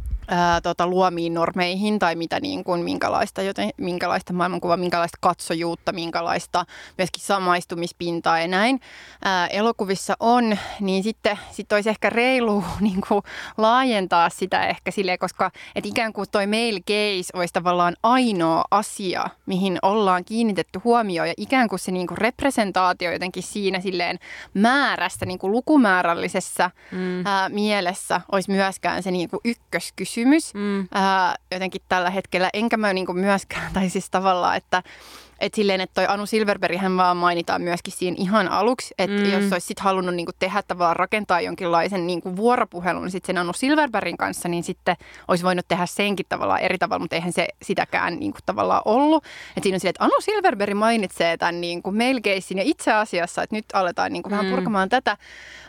luomiin normeihin tai mitä niin kuin, minkälaista maailmankuvaa, minkälaista katsojuutta, minkälaista myöskin samaistumispintaa ja näin elokuvissa on, niin sitten olisi ehkä reilu niin kuin laajentaa sitä ehkä silleen, koska että ikään kuin toi male gaze olisi tavallaan ainoa asia, mihin ollaan kiinnitetty huomioon ja ikään kuin se niin kuin representaatio jotenkin siinä silleen määrässä, niin kuin lukumäärällisessä mielessä olisi myöskään se niin kuin ykköskysymys. Jotenkin tällä hetkellä, enkä mä niinku myöskään, tai siis tavallaan, että silleen, että toi Anu Silverberg hän vaan mainitaan myöskin siinä ihan aluksi, että jos olisi sit halunnut niinku tehdä tavallaan rakentaa jonkinlaisen niinku vuoropuhelun sit sen Anu Silverbergin kanssa, niin sitten olisi voinut tehdä senkin tavallaan eri tavalla, mutta eihän se sitäkään niinku tavallaan ollut. Et siinä on silleen, että Anu Silverberg mainitsee tämän niinku male gazen ja itse asiassa, että nyt aletaan niinku vähän purkamaan tätä.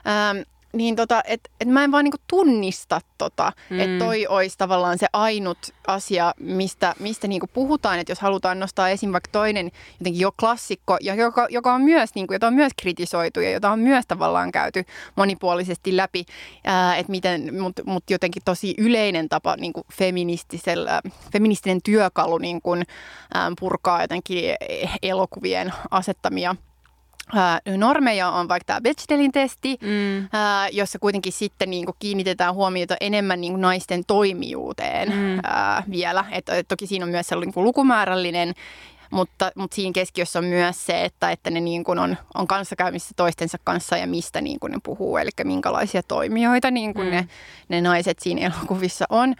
Niin että mä en vaan niinku tunnista että toi olisi tavallaan se ainut asia, mistä niinku puhutaan, että jos halutaan nostaa esiin vaikka toinen jotenkin jo klassikko, ja joka on myös, niinku, jota on myös kritisoitu ja jota on myös tavallaan käyty monipuolisesti läpi, että miten, mutta jotenkin tosi yleinen tapa niinku feministinen työkalu niinku, purkaa jotenkin elokuvien asettamia normeja on vaikka tämä Bechdelin testi, jossa kuitenkin sitten niin kuin kiinnitetään huomiota enemmän niin kuin naisten toimijuuteen vielä. Toki siinä on myös sellainen niin kuin lukumäärällinen, mutta siinä keskiössä on myös se, että ne niin kuin on kanssakäymissä toistensa kanssa ja mistä niin kuin ne puhuu, eli minkälaisia toimijoita niin kuin ne naiset siinä elokuvissa on.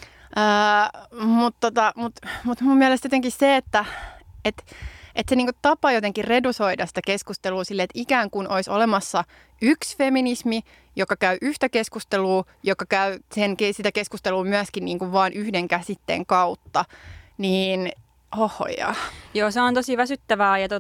Mutta mun mielestä jotenkin se, että se niinku tapa jotenkin redusoida sitä keskustelua silleen, että ikään kuin olisi olemassa yksi feminismi, joka käy yhtä keskustelua, joka käy sitä keskustelua myöskin niinku vaan yhden käsitteen kautta, niin hohoja. Joo, se on tosi väsyttävää ja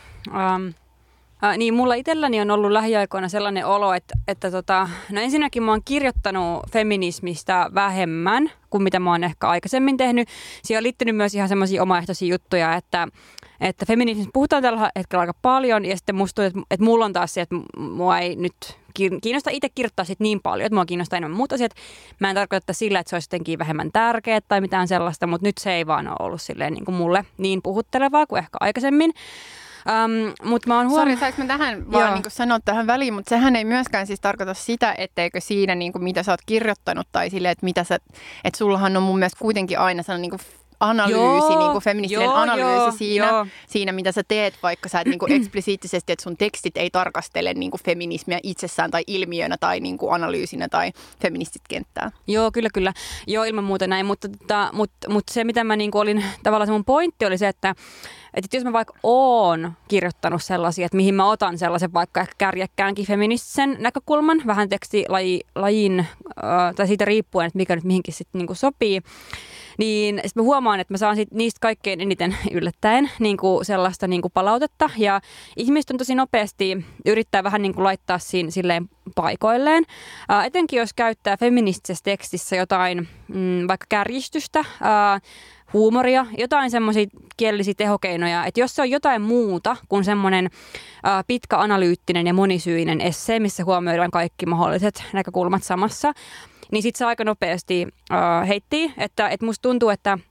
niin mulla itselläni on ollut lähiaikoina sellainen olo, että no ensinnäkin mä oon kirjoittanut feminismistä vähemmän kuin mitä mä oon ehkä aikaisemmin tehnyt. Siihen on liittynyt myös ihan semmoisia omaehtoisia juttuja, että feminismistä puhutaan tällä hetkellä aika paljon ja sitten musta tuntuu, että mulla on taas se, että mua ei nyt kiinnosta itse kirjoittaa sit niin paljon, että mua kiinnostaa enemmän muut asiat. Mä en tarkoita sillä, että se olisi jotenkin vähemmän tärkeää tai mitään sellaista, mutta nyt se ei vaan ole ollut silleen niin kuin mulle niin puhuttelevaa kuin ehkä aikaisemmin. Mut mä oon Sori, saanko mä tähän vaan niin sanoa tähän väliin, mutta sehän ei myöskään siis tarkoita sitä, etteikö siinä, niin kuin, mitä sä oot kirjoittanut tai silleen, että sullahan on mun mielestä kuitenkin aina sellainen niin kuin analyysi, niin kuin feministinen analyysi siinä, mitä sä teet, vaikka sä et niin kuin eksplisiittisesti, että sun tekstit ei tarkastele niin kuin feminismiä itsessään tai ilmiönä tai niin kuin analyysinä tai feminististä kenttää. Joo, kyllä. Joo, ilman muuta näin, mutta se, mitä mä niin kuin olin, tavallaan se mun pointti oli se, että jos mä vaikka oon kirjoittanut sellaisia, että mihin mä otan sellaisen vaikka ehkä kärjekkäänkin feministisen näkökulman, vähän tekstilajin tai siitä riippuen, että mikä nyt mihinkin sitten niinku sopii, niin sitten mä huomaan, että mä saan niistä kaikkein eniten yllättäen niinku sellaista niinku palautetta. Ja ihmiset on tosi nopeasti yrittää vähän niinku laittaa siinä silleen paikoilleen. Etenkin jos käyttää feministisessä tekstissä jotain vaikka kärjistystä, huumoria, jotain semmoisia kielellisiä tehokeinoja, että jos se on jotain muuta kuin semmoinen pitkä analyyttinen ja monisyinen essee, missä huomioidaan kaikki mahdolliset näkökulmat samassa, niin sitten se aika nopeasti heittii, että musta tuntuu,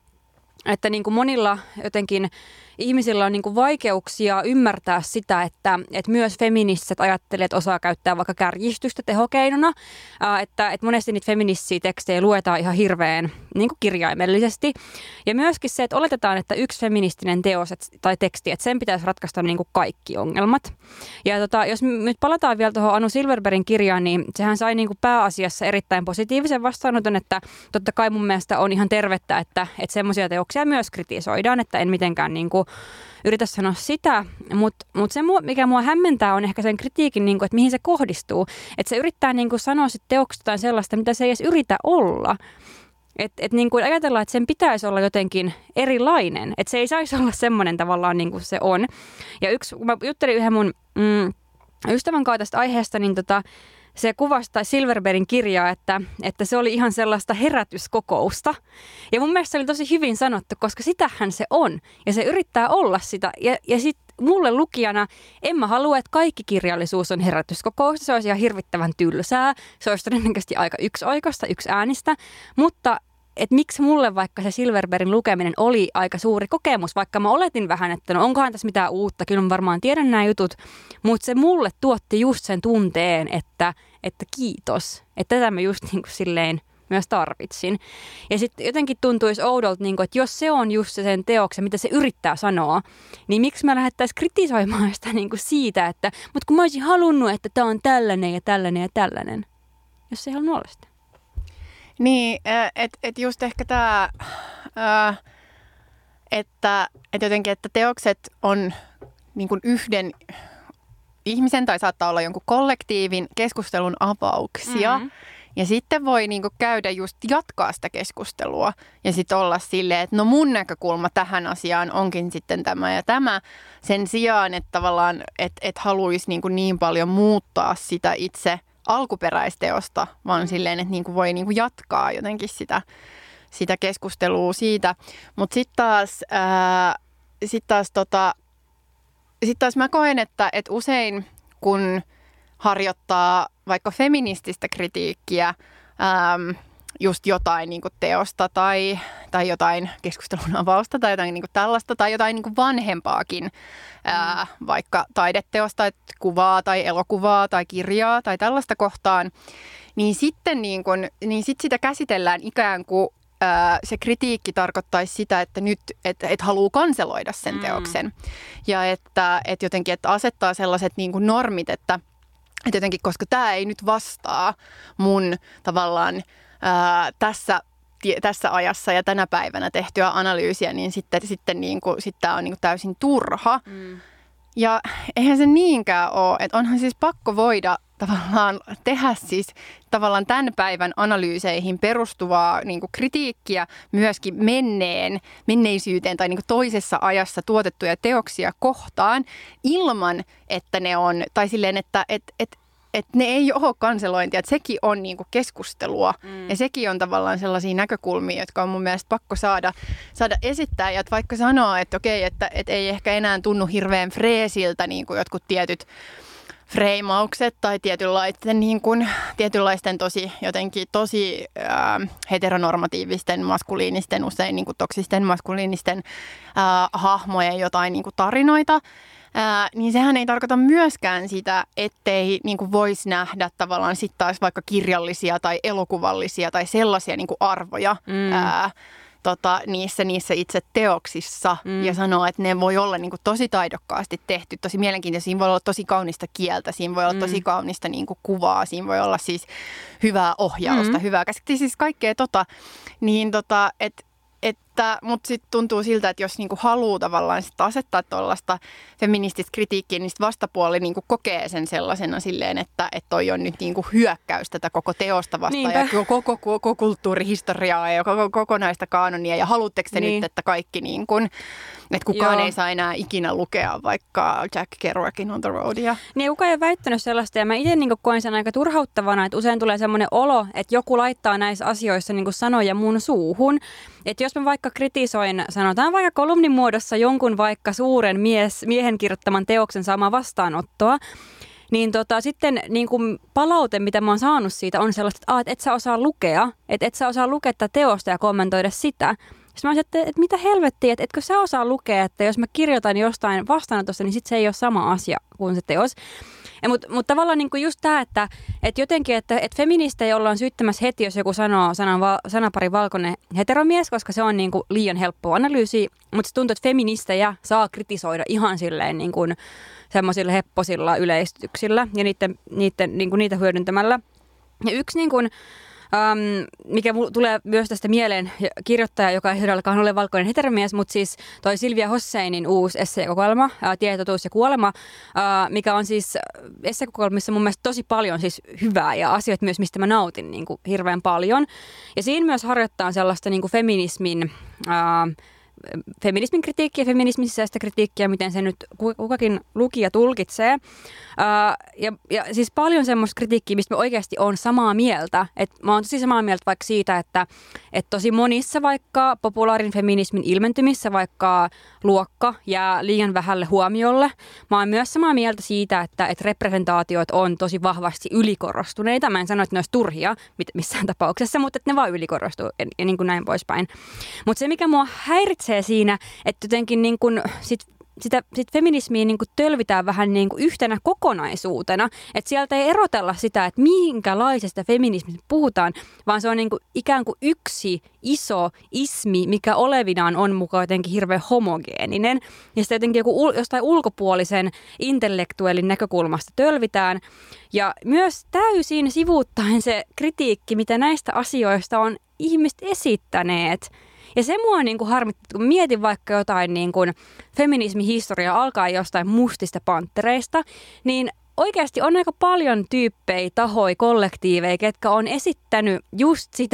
että niin kuin monilla jotenkin ihmisillä on niin kuin vaikeuksia ymmärtää sitä, että myös feministiset ajattelijat osaa käyttää vaikka kärjistystä tehokeinona, että monesti niitä feministisiä tekstejä luetaan ihan hirveän niin kuin kirjaimellisesti. Ja myöskin se, että oletetaan, että yksi feministinen teos tai teksti, että sen pitäisi ratkaista niin kuin kaikki ongelmat. Ja jos nyt palataan vielä tuohon Anu Silverbergin kirjaan, niin sehän sai niin kuin pääasiassa erittäin positiivisen vastaanoton, että totta kai mun mielestä on ihan tervettä, että semmoisia teoksia myös kritisoidaan, että en mitenkään niin kuin yritä sanoa sitä, mutta se, mikä mua hämmentää, on ehkä sen kritiikin, niin kuin, että mihin se kohdistuu. Että se yrittää niin kuin sanoa sit teoksesta jotain sellaista, mitä se ei edes yritä olla. Että niin kuin ajatellaan, että sen pitäisi olla jotenkin erilainen. Että se ei saisi olla semmoinen tavallaan niin kuin se on. Ja kun mä juttelin yhden mun ystävän kanssa tästä aiheesta, niin se kuvasi Silverbergin kirjaa, että se oli ihan sellaista herätyskokousta. Ja mun mielestä se oli tosi hyvin sanottu, koska sitähän se on. Ja se yrittää olla sitä. Ja sitten mulle lukijana en mä halua, että kaikki kirjallisuus on herätyskokousta. Se olisi ihan hirvittävän tylsää. Se olisi todennäköisesti aika yksioikoista, yksi äänistä. Mutta että miksi mulle vaikka se Silverbergin lukeminen oli aika suuri kokemus, vaikka mä oletin vähän, että no onkohan tässä mitään uutta, kyllä mä varmaan tiedän nämä jutut, mutta se mulle tuotti just sen tunteen, että kiitos, että tätä mä just niin kuin silleen myös tarvitsin. Ja sitten jotenkin tuntuisi oudolta, niin kuin, että jos se on just sen teoksen, mitä se yrittää sanoa, niin miksi mä lähdettäisiin kritisoimaan sitä niin kuin siitä, että mutta kun mä olisin halunnut, että tää on tällainen ja tällainen ja tällainen, jos se ei halunnut olla sitä. Niin, että just ehkä tämä, että jotenkin, että teokset on niin kuin yhden ihmisen tai saattaa olla jonkun kollektiivin keskustelun avauksia. Mm-hmm. Ja sitten voi niin kuin käydä just jatkaa sitä keskustelua ja sitten olla silleen, että no mun näkökulma tähän asiaan onkin sitten tämä ja tämä. Sen sijaan, että tavallaan, että haluaisi niin paljon muuttaa sitä itse alkuperäisteosta, vaan silleen, että niinku voi niinku jatkaa jotenkin sitä keskustelua siitä. Mutta sitten taas mä koen, että usein kun harjoittaa vaikka feminististä kritiikkiä just jotain niin kuin teosta tai jotain keskustelun avausta tai jotain niin kuin tällaista tai jotain niin kuin vanhempaakin, vaikka taideteosta, että kuvaa tai elokuvaa tai kirjaa tai tällaista kohtaan, niin sitten niin sit sitä käsitellään ikään kuin se kritiikki tarkoittaisi sitä, että nyt et haluaa kanseloida sen teoksen. Ja että jotenkin että asettaa sellaiset niin kuin normit, että jotenkin, koska tämä ei nyt vastaa mun tavallaan tässä ajassa ja tänä päivänä tehtyä analyysiä, niin sitten tämä on niin kuin täysin turha. Ja eihän se niinkään ole, että onhan siis pakko voida tavallaan tehdä siis tavallaan tämän päivän analyyseihin perustuvaa niin kuin kritiikkiä myöskin menneisyyteen tai niin kuin toisessa ajassa tuotettuja teoksia kohtaan ilman, että ne on, tai silleen, että ne ei ole kanselointia, että sekin on niin kuin keskustelua ja sekin on tavallaan sellaisia näkökulmia, jotka on mun mielestä pakko saada esittää. Ja että vaikka sanoo, että okei, että ei ehkä enää tunnu hirveän freesiltä niin kuin jotkut tietyt freimaukset tai tietynlaisten tosi heteronormatiivisten, maskuliinisten, usein niin kuin toksisten maskuliinisten hahmojen jotain niin kuin tarinoita, niin sehän ei tarkoita myöskään sitä, ettei niin kuin voisi nähdä tavallaan sitten taas vaikka kirjallisia tai elokuvallisia tai sellaisia niin kuin arvoja niissä itse teoksissa ja sanoa, että ne voi olla niin kuin tosi taidokkaasti tehty, tosi mielenkiintoista. Siinä voi olla tosi kaunista kieltä, siinä voi olla tosi kaunista niin kuin kuvaa, siinä voi olla siis hyvää ohjausta, hyvää käsittelyä, siis kaikkea niin mutta sitten tuntuu siltä, että jos niinku haluaa tavallaan sit asettaa tuollaista feminististä kritiikkiä, niin sit vastapuoli niinku kokee sen sellaisena silleen, että toi on nyt niinku hyökkäys tätä koko teosta vastaan. Niinpä. Ja koko kulttuurihistoriaa ja koko kokonaista kaanonia. Ja haluatteko te nyt, että kaikki niinku, että kukaan ei saa enää ikinä lukea vaikka Jack Kerouacin On the Roadia. Niin, kukaan ei ole väittänyt sellaista ja mä itse niinku koen sen aika turhauttavana, että usein tulee semmoinen olo, että joku laittaa näissä asioissa niinku sanoja mun suuhun. Että jos mä vaikka kritisoin, sanotaan vaikka kolumnin muodossa jonkun vaikka suuren miehen kirjoittaman teoksen saamaa vastaanottoa, niin sitten niin kuin palaute, mitä mä oon saanut siitä, on sellaista, että et sä osaa lukea, että et sä osaa lukea tätä teosta ja kommentoida sitä. Sitten mä olisin, että mitä helvettiä, että etkö sä osaa lukea, että jos mä kirjoitan jostain vastaanotosta, niin sit se ei ole sama asia kuin se teos. Mutta tavallaan niinku just tämä, että jotenkin, että feministejä ollaan syyttämässä heti, jos joku sanoo sanapari valkoinen heteromies, koska se on niinku liian helppoa analyysiä, mutta se tuntuu, että feministejä saa kritisoida ihan silleen niinku semmoisilla hepposilla yleistyksillä ja niitä hyödyntämällä. Ja yksi niinku, mikä tulee myös tästä mieleen, kirjoittaja, joka ei todellakaan ole valkoinen heteromies, mutta siis toi Silvia Hosseinin uusi esseekokoelma, Tieto, totuus ja kuolema, mikä on siis esseekokoelmissa mun mielestä tosi paljon siis hyvää ja asioita myös, mistä mä nautin niin kuin hirveän paljon. Ja siinä myös harjoittaa sellaista niin kuin feminismin kritiikkiä, feminismin sisäistä kritiikkiä, miten se nyt kukakin lukija tulkitsee. Ja siis paljon semmoista kritiikkiä, mistä mä oikeasti olen samaa mieltä. Mä oon tosi samaa mieltä vaikka siitä, että tosi monissa vaikka populaarin feminismin ilmentymissä vaikka luokka jää liian vähälle huomiolle. Mä oon myös samaa mieltä siitä, että representaatiot on tosi vahvasti ylikorostuneita. Mä en sano, että ne olisi turhia missään tapauksessa, mutta että ne vaan ylikorostuu ja niin kuin näin poispäin. Mutta se, mikä mua häiritsee siinä, että jotenkin niin kuin sitä feminismiä niin kuin tölvitään vähän niin kuin yhtenä kokonaisuutena, että sieltä ei erotella sitä, että minkälaisesta feminismistä puhutaan, vaan se on niin kuin ikään kuin yksi iso ismi, mikä olevinaan on mukaan jotenkin hirveän homogeeninen. Ja sitä jotenkin jostain ulkopuolisen intellektuellin näkökulmasta tölvitään. Ja myös täysin sivuuttaen se kritiikki, mitä näistä asioista on ihmiset esittäneet. Ja se mua niin kuin harmittaa, kun mietin vaikka jotain niin kuin feminismihistoriaa alkaa jostain mustista panttereista, niin oikeasti on aika paljon tyyppejä, tahoja, kollektiiveja, ketkä on esittänyt just sitä,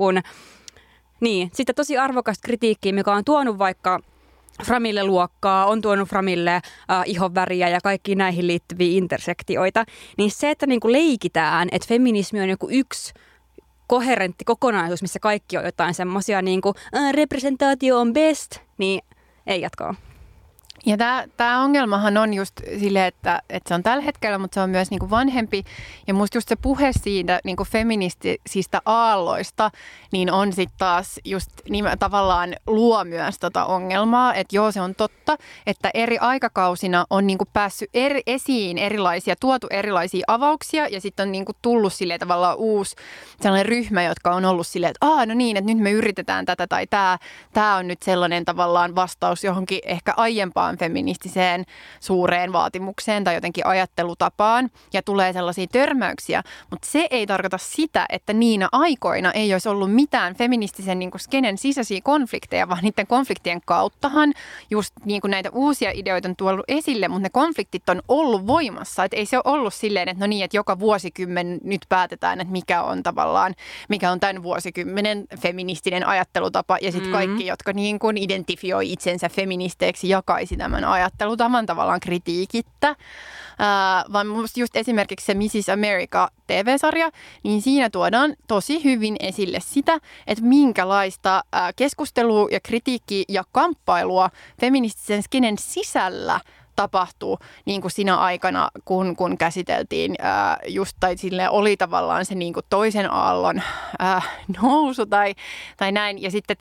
sitä tosi arvokasta kritiikkiä, mikä on tuonut vaikka Framille luokkaa, on tuonut Framille ihonväriä ja kaikki näihin liittyviä intersektioita. Niin se, että niin kuin leikitään, että feminismi on joku yksi koherentti kokonaisuus, missä kaikki on jotain semmoisia niin kuin representaatio on best, niin ei jatkaa. Ja tämä ongelmahan on just silleen, että se on tällä hetkellä, mutta se on myös niinku vanhempi. Ja musta just se puhe siitä niinku feministisistä aalloista, niin on sitten taas just tavallaan luo myös tota ongelmaa. Että joo, se on totta, että eri aikakausina on niinku päässyt esiin erilaisia, tuotu erilaisia avauksia. Ja sitten on niinku tullut silleen tavallaan uusi sellainen ryhmä, jotka on ollut silleen, että no niin, että nyt me yritetään tätä tai tämä on nyt sellainen tavallaan vastaus johonkin ehkä aiempaan feministiseen suureen vaatimukseen tai jotenkin ajattelutapaan ja tulee sellaisia törmäyksiä, mutta se ei tarkoita sitä, että niinä aikoina ei olisi ollut mitään feministisen niin kuin skenen sisäisiä konflikteja, vaan niiden konfliktien kauttahan just niin kuin näitä uusia ideoita on tuotu esille, mutta ne konfliktit on ollut voimassa, että ei se ole ollut silleen, että no niin, että joka vuosikymmen nyt päätetään, että mikä on tämän vuosikymmenen feministinen ajattelutapa ja sitten kaikki, jotka niin kuin identifioi itsensä feministeiksi, jakaisi tämän ajattelutavan tavallaan kritiikittä. Vaan just esimerkiksi se Mrs. America TV-sarja, niin siinä tuodaan tosi hyvin esille sitä, että minkälaista keskustelua ja kritiikkiä ja kamppailua feministisen skenen sisällä tapahtuu niin kuin siinä aikana, kun käsiteltiin just, tai sille oli tavallaan se niin kuin toisen aallon nousu tai näin. Ja sitten,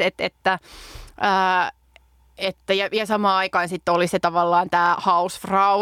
ja samaan aikaan sitten oli se tavallaan tämä Hausfrau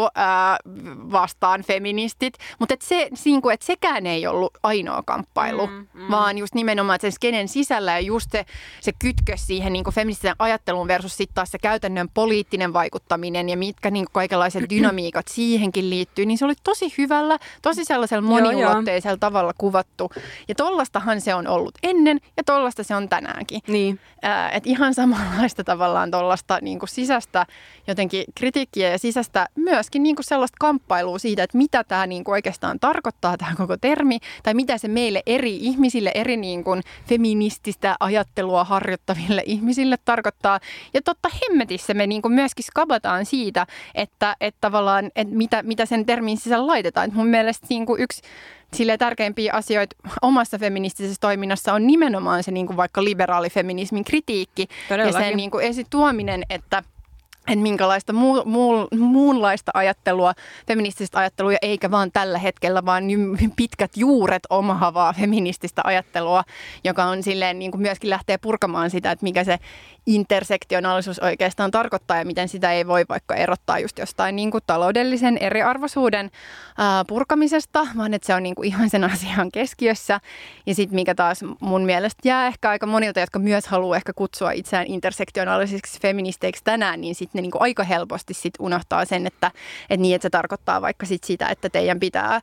vastaan feministit, mutta että sekään ei ollut ainoa kamppailu, vaan just nimenomaan sen skenen sisällä ja just se kytkös siihen niin kuin feministisen ajatteluun versus sitten taas se käytännön poliittinen vaikuttaminen ja mitkä niin kuin kaikenlaiset dynamiikat siihenkin liittyy, niin se oli tosi hyvällä, tosi sellaisella moniulotteisella tavalla kuvattu. Ja tollastahan se on ollut ennen ja tollasta se on tänäänkin. Niin. Että ihan samanlaista tavallaan tollasta niin kuin sisäistä jotenkin kritiikkiä ja sisäistä myöskin niin kuin sellaista kamppailua siitä, että mitä tämä niin kuin oikeastaan tarkoittaa, tämä koko termi, tai mitä se meille eri ihmisille, eri niin kuin feminististä ajattelua harjoittaville ihmisille tarkoittaa. Ja totta hemmetissä me niin kuin myöskin skabataan siitä, että tavallaan, että mitä sen termin sisällä laitetaan. Et mun mielestä niin kuin yksi silleen tärkeimpiä asioita omassa feministisessä toiminnassa on nimenomaan se niin kuin vaikka liberaalifeminismin kritiikki. Todellakin. Ja sen niin kuin esituominen, että minkälaista muunlaista ajattelua, feminististä ajattelua, eikä vaan tällä hetkellä, vaan pitkät juuret omahavaa feminististä ajattelua, joka on silleen niin kuin myöskin lähtee purkamaan sitä, että mikä se intersektionaalisuus oikeastaan tarkoittaa ja miten sitä ei voi vaikka erottaa just jostain niin kuin taloudellisen eriarvoisuuden purkamisesta, vaan että se on niin kuin ihan sen asian keskiössä. Ja sitten mikä taas mun mielestä jää ehkä aika monilta, jotka myös haluaa ehkä kutsua itseään intersektionaalisiksi feministeiksi tänään, niin sitten ne niin kuin aika helposti sit unohtaa sen, että se tarkoittaa vaikka sit sitä, että teidän pitää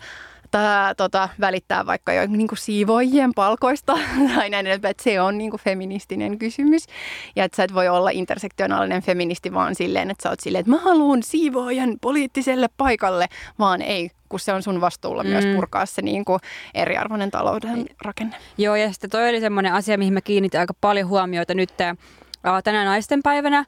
välittää vaikka jo niin kuin siivoojien palkoista tai näin, että se on niin kuin feministinen kysymys. Ja että sä et voi olla intersektionaalinen feministi vaan silleen, että sä oot silleen, että mä haluan siivoojan poliittiselle paikalle, vaan ei, kun se on sun vastuulla myös purkaa se niin kuin eriarvoinen talouden rakenne. Joo, ja sitten toi oli semmoinen asia, mihin mä kiinnitin aika paljon huomiota nyt tänään naistenpäivänä.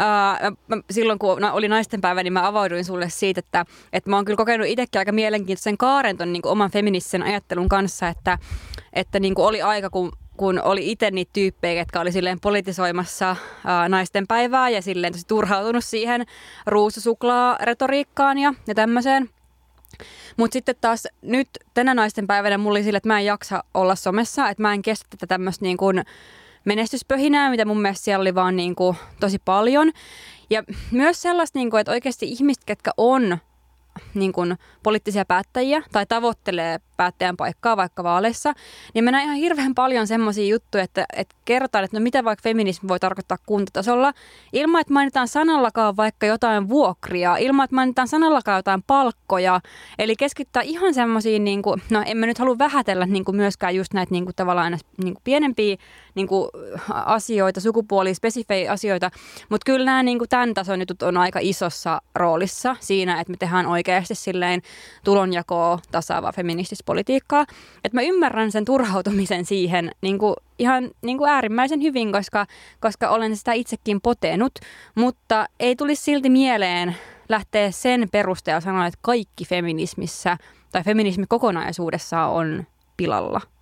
Silloin kun oli naistenpäivä, niin mä avauduin sulle siitä, että mä oon kyllä kokenut itsekin aika mielenkiintoisen kaaren ton niin kuin oman feministisen ajattelun kanssa, että niin kuin oli aika, kun oli itse niitä tyyppejä, jotka oli silleen politisoimassa naistenpäivää ja silleen tosi turhautunut siihen ruususuklaa-retoriikkaan ja tämmöiseen. Mutta sitten taas nyt tänä naistenpäivänä mulla oli sille, että mä en jaksa olla somessa, että mä en kestä tätä tämmöistä niin kuin menestyspöhinää, mitä mun mielestä siellä oli vaan niin kuin tosi paljon. Ja myös sellaista, niin kuin, että oikeasti ihmiset, ketkä on niin kuin poliittisia päättäjiä tai tavoittelee päättäjän paikkaa vaikka vaaleissa, niin mennään ihan hirveän paljon semmoisia juttuja, että kerrotaan, että no mitä vaikka feminismi voi tarkoittaa kuntatasolla, ilman että mainitaan sanallakaan vaikka jotain vuokria, ilman että mainitaan sanallakaan jotain palkkoja, eli keskittää ihan semmoisia, niin kuin, no en mä nyt halua vähätellä niin kuin myöskään just näitä niin kuin tavallaan niin kuin pienempiä niin kuin asioita, sukupuolispesifejä asioita, mutta kyllä nämä niin kuin tämän tason jutut on aika isossa roolissa siinä, että me tehdään oikeasti silleen tulonjakoa tasaavaa feminististä politiikkaa. Että mä ymmärrän sen turhautumisen siihen niin kuin ihan niin kuin äärimmäisen hyvin, koska olen sitä itsekin potenut, mutta ei tulisi silti mieleen lähteä sen perusteella sanoa, että kaikki feminismissä tai feminismi kokonaisuudessaan on pilalla.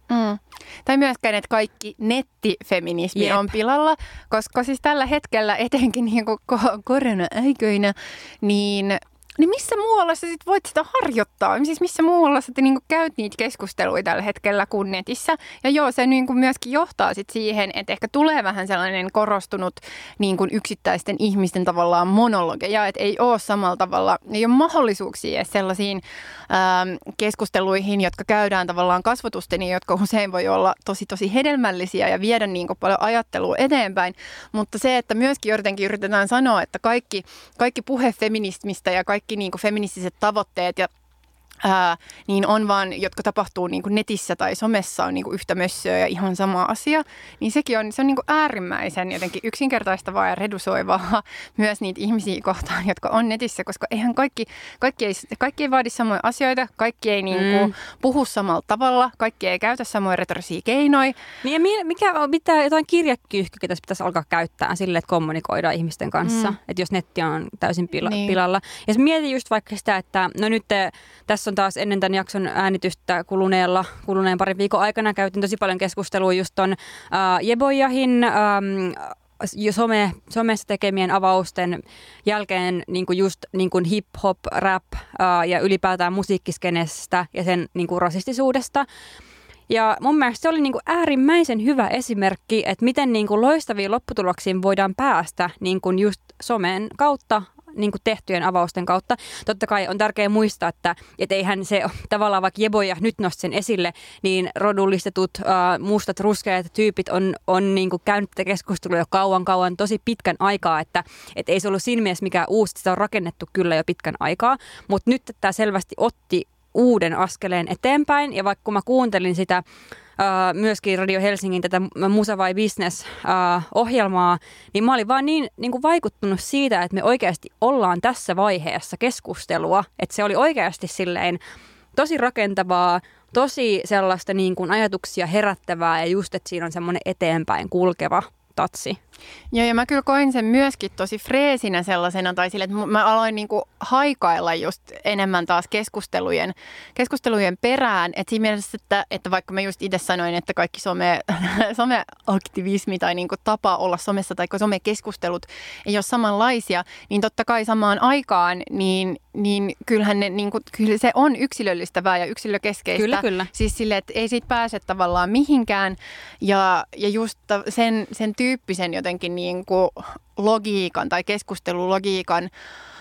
Tai myöskään, että kaikki nettifeminismi Jep. on pilalla, koska siis tällä hetkellä etenkin niin kuin korona-aikoina, niin missä muualla sä sit voit sitä harjoittaa? Siis missä muualla sä niinku käyt niitä keskusteluja tällä hetkellä kuin netissä? Ja joo, se niinku myöskin johtaa sit siihen, että ehkä tulee vähän sellainen korostunut niinku yksittäisten ihmisten tavallaan monologeja, että ei ole samalla tavalla, ei ole mahdollisuuksia edes sellaisiin keskusteluihin, jotka käydään tavallaan kasvotusten, jotka usein voi olla tosi hedelmällisiä ja viedä niinku paljon ajattelua eteenpäin. Mutta se, että myöskin jotenkin yritetään sanoa, että kaikki puhe feminismistä ja kaikki niin kuin feministiset tavoitteet ja niin on vaan, jotka tapahtuu niin kuin netissä tai somessa on niin kuin yhtä mössöä ja ihan sama asia, niin se on niin kuin äärimmäisen jotenkin yksinkertaistavaa ja redusoivaa myös niitä ihmisiä kohtaan, jotka on netissä, koska eihän kaikki ei vaadi samoja asioita, kaikki ei niin kuin puhu samalla tavalla, kaikki ei käytä samoja retorisia keinoja. Niin mitä jotain kirjekyyhkyä tässä pitäisi alkaa käyttää sille, että kommunikoidaan ihmisten kanssa, että jos netti on täysin pilalla. Ja mietin just vaikka sitä, että no nyt tässä on taas ennen tämän jakson äänitystä kuluneen parin viikon aikana käytin tosi paljon keskustelua just ton Jebojahin somessa tekemien avausten jälkeen just hip-hop, rap ja ylipäätään musiikkiskenestä ja sen rasistisuudesta. Ja mun mielestä se oli äärimmäisen hyvä esimerkki, että miten loistaviin lopputuloksiin voidaan päästä just somen kautta, tehtyjen avausten kautta. Totta kai on tärkeää muistaa, että eihän se tavallaan, vaikka Jeboja nyt nosti sen esille, niin rodullistetut mustat ruskeat tyypit on käynyt tätä keskustelua jo kauan, tosi pitkän aikaa, että ei se ollut siinä mielessä mikään uusi, sitä on rakennettu kyllä jo pitkän aikaa, mutta nyt tämä selvästi otti uuden askeleen eteenpäin, ja vaikka kun mä kuuntelin sitä myöskin Radio Helsingin tätä Musa vai Business -ohjelmaa, niin mä olin vaan niin kuin vaikuttunut siitä, että me oikeasti ollaan tässä vaiheessa keskustelua, että se oli oikeasti silleen tosi rakentavaa, tosi sellaista niin kuin ajatuksia herättävää ja just, että siinä on semmoinen eteenpäin kulkeva tatsi. Joo, ja mä kyllä koin sen myöskin tosi freesinä sellaisena, tai sille, että mä aloin niinku haikailla just enemmän taas keskustelujen perään. Että siinä mielessä, että vaikka mä just itse sanoin, että kaikki someaktivismi tai niinku tapa olla somessa tai somekeskustelut ei ole samanlaisia, niin totta kai samaan aikaan, niin kyllähän kyllä se on yksilöllistävää ja yksilökeskeistä. Kyllä. Siis sille, että ei siitä pääse tavallaan mihinkään. Ja just sen tyyppisen jotenkin niin kuin logiikan tai keskustelulogiikan,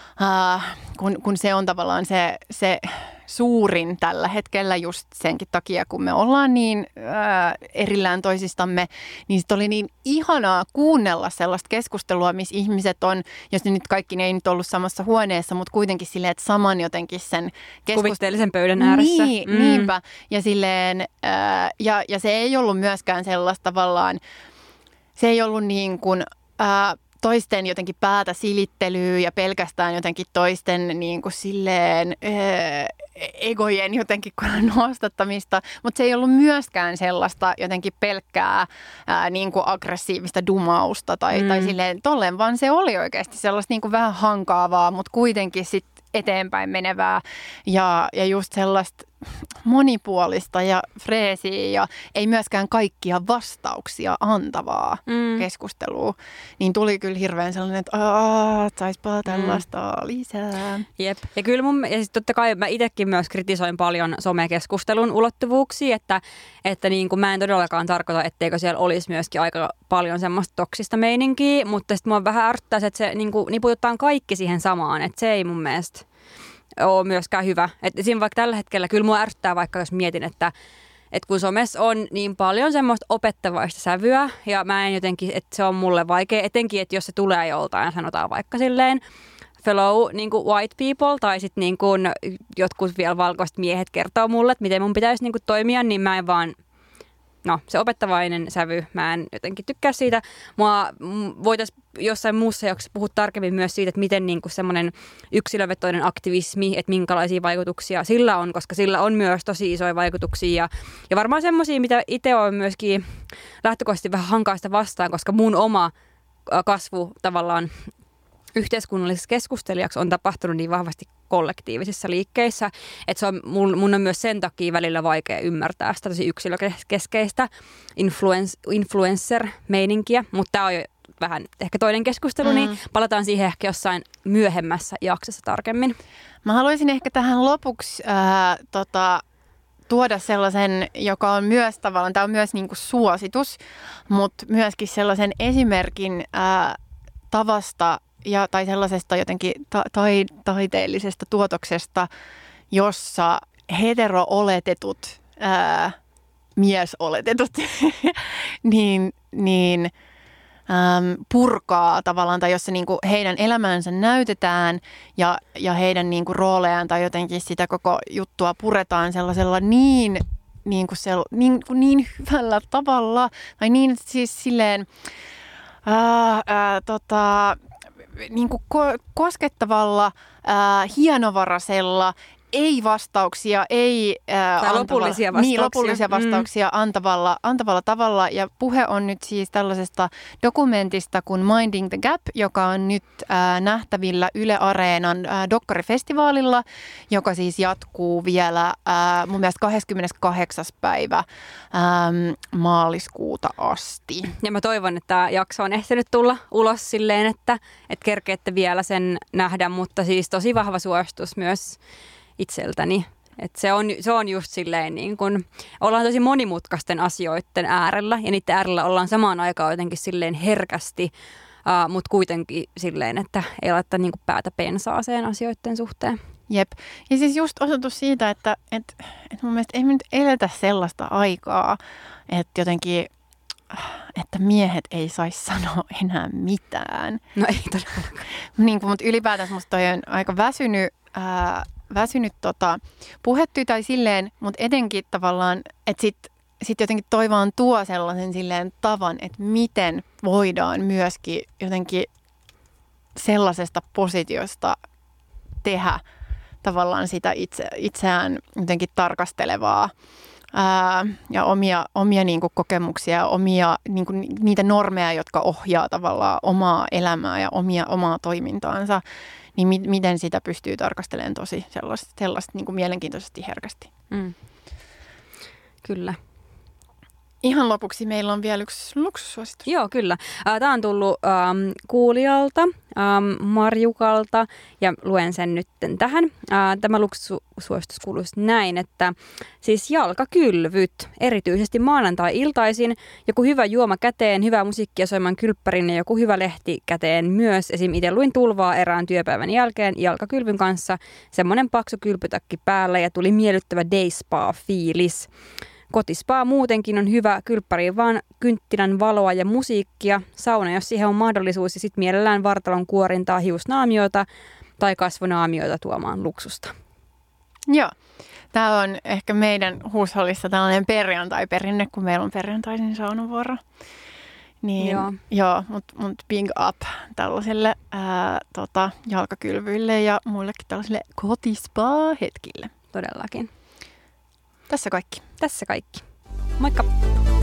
kun se on tavallaan se suurin tällä hetkellä just senkin takia, kun me ollaan niin erillään toisistamme, niin sit oli niin ihanaa kuunnella sellaista keskustelua, missä ihmiset on, jos nyt kaikki ne ei nyt ollut samassa huoneessa, mutta kuitenkin silleen, että saman jotenkin sen kuvitteellisen pöydän ääressä. Niinpä. Ja silleen, ja se ei ollut myöskään sellaista tavallaan, se ei ollut niin kuin toisten jotenkin päätä silittelyä ja pelkästään jotenkin toisten niin kuin silleen egojen jotenkin nostattamista, mutta se ei ollut myöskään sellaista jotenkin pelkkää niin kuin aggressiivista dumausta tai silleen tolleen, vaan se oli oikeasti sellaista niin kuin vähän hankaavaa, mutta kuitenkin sitten eteenpäin menevää ja just sellaista monipuolista ja freesiä ja ei myöskään kaikkia vastauksia antavaa keskustelua, niin tuli kyllä hirveän sellainen, että saispa tällaista lisää. Jep. Ja kyllä ja sitten totta kai mä itsekin myös kritisoin paljon somekeskustelun ulottuvuuksia, että niin kuin mä en todellakaan tarkoita, etteikö siellä olisi myöskin aika paljon semmoista toksista meininkiä, mutta sitten mua vähän ärsyttää, että se niin kuin niputetaan kaikki siihen samaan, että se ei mun mielestä ole myöskään hyvä. Että siinä vaikka tällä hetkellä kyllä mua ärsyttää vaikka, jos mietin, että kun somessa on niin paljon semmoista opettavaista sävyä ja mä en jotenkin, että se on mulle vaikea, etenkin, että jos se tulee joltain, sanotaan vaikka silleen fellow niin kuin white people tai sitten niin kuin jotkut vielä valkoiset miehet kertoo mulle, että miten mun pitäisi niin kuin toimia, niin mä en vaan, se opettavainen sävy, mä en jotenkin tykkää siitä. Mua voitaisiin jossain muussa jaksossa puhua tarkemmin myös siitä, että miten niin kuin semmoinen yksilövetoinen aktivismi, että minkälaisia vaikutuksia sillä on, koska sillä on myös tosi isoja vaikutuksia. Ja varmaan semmoisia, mitä itse on myöskin lähtökohtaisesti vähän hankaista vastaan, koska mun oma kasvu tavallaan yhteiskunnallisessa keskustelijaksi on tapahtunut niin vahvasti kollektiivisissa liikkeissä. Että se on, mun on myös sen takia välillä vaikea ymmärtää sitä tosi yksilökeskeistä influencer-meininkiä, mutta tämä on jo vähän ehkä toinen keskustelu, niin palataan siihen ehkä jossain myöhemmässä jaksossa tarkemmin. Mä haluaisin ehkä tähän lopuksi tuoda sellaisen, joka on myös tavallaan, tämä on myös niinku suositus, mutta myöskin sellaisen esimerkin tavasta tai sellaisesta jotenkin taiteellisesta tuotoksesta, jossa hetero-oletetut, miesoletetut, niin purkaa tavallaan, tai jossa niinku heidän elämäänsä näytetään ja heidän niinku roolejaan tai jotenkin sitä koko juttua puretaan sellaisella niin hyvällä tavalla, tai niin siis silleen niinku koskettavalla, hienovaraisella, ei vastauksia, ei lopullisia vastauksia antavalla tavalla. Ja puhe on nyt siis tällaisesta dokumentista kuin Minding the Gap, joka on nyt nähtävillä Yle Areenan dokkarifestivaalilla, joka siis jatkuu vielä mun mielestä 28. päivä maaliskuuta asti. Ja mä toivon, että tämä jakso on ehtinyt tulla ulos silleen, että kerkeette vielä sen nähdä, mutta siis tosi vahva suositus myös itseltäni. Että se on just silleen niin kun ollaan tosi monimutkaisten asioiden äärellä ja niiden äärellä ollaan samaan aikaan jotenkin silleen herkästi, mutta kuitenkin silleen, että ei laittaa niin kuin päätä pensaaseen asioiden suhteen. Jep. Ja siis just osoitus siitä, että mun mielestä ei me nyt eletä sellaista aikaa, että jotenkin, että miehet ei saisi sanoa enää mitään. No ei todellakaan. Niin kuin, mutta ylipäätänsä musta toi on aika väsynyt puhetty tai silleen, mutta etenkin tavallaan, että sit jotenkin toi vaan tuo sellaisen silleen tavan, että miten voidaan myöskin jotenkin sellaisesta positiosta tehdä tavallaan sitä itseään jotenkin tarkastelevaa ja omia niin kuin kokemuksia, niin kuin niitä normeja, jotka ohjaa tavallaan omaa elämää ja omaa toimintaansa, niin miten sitä pystyy tarkastelemaan tosi sellaista niin kuin mielenkiintoisesti herkästi. Kyllä. Ihan lopuksi meillä on vielä yksi luksussuositus. Joo, kyllä. Tämä on tullut kuulijalta, Marjukalta, ja luen sen nyt tähän. Tämä luksussuositus kuuluisi näin, että siis jalkakylvyt, erityisesti maanantai-iltaisin, joku hyvä juoma käteen, hyvää musiikkia soimaan kylppärin ja joku hyvä lehti käteen myös. Esim. Itse luin Tulvaa erään työpäivän jälkeen jalkakylvyn kanssa, semmoinen paksu kylpytakki päällä ja tuli miellyttävä day spa-fiilis. Kotispaa muutenkin on hyvä, kylppäriin vaan kynttilän valoa ja musiikkia, sauna jos siihen on mahdollisuus ja sitten mielellään vartalon kuorintaa, hiusnaamioita tai kasvonaamioita tuomaan luksusta. Joo, tämä on ehkä meidän huushollissa tällainen perjantai-perinne, kun meillä on perjantaisin saunavuoro. Niin, joo, mut big up tällaiselle jalkakylvyille ja muillekin tällaisille kotispa-hetkille. Todellakin. Tässä kaikki. Tässä kaikki. Moikka!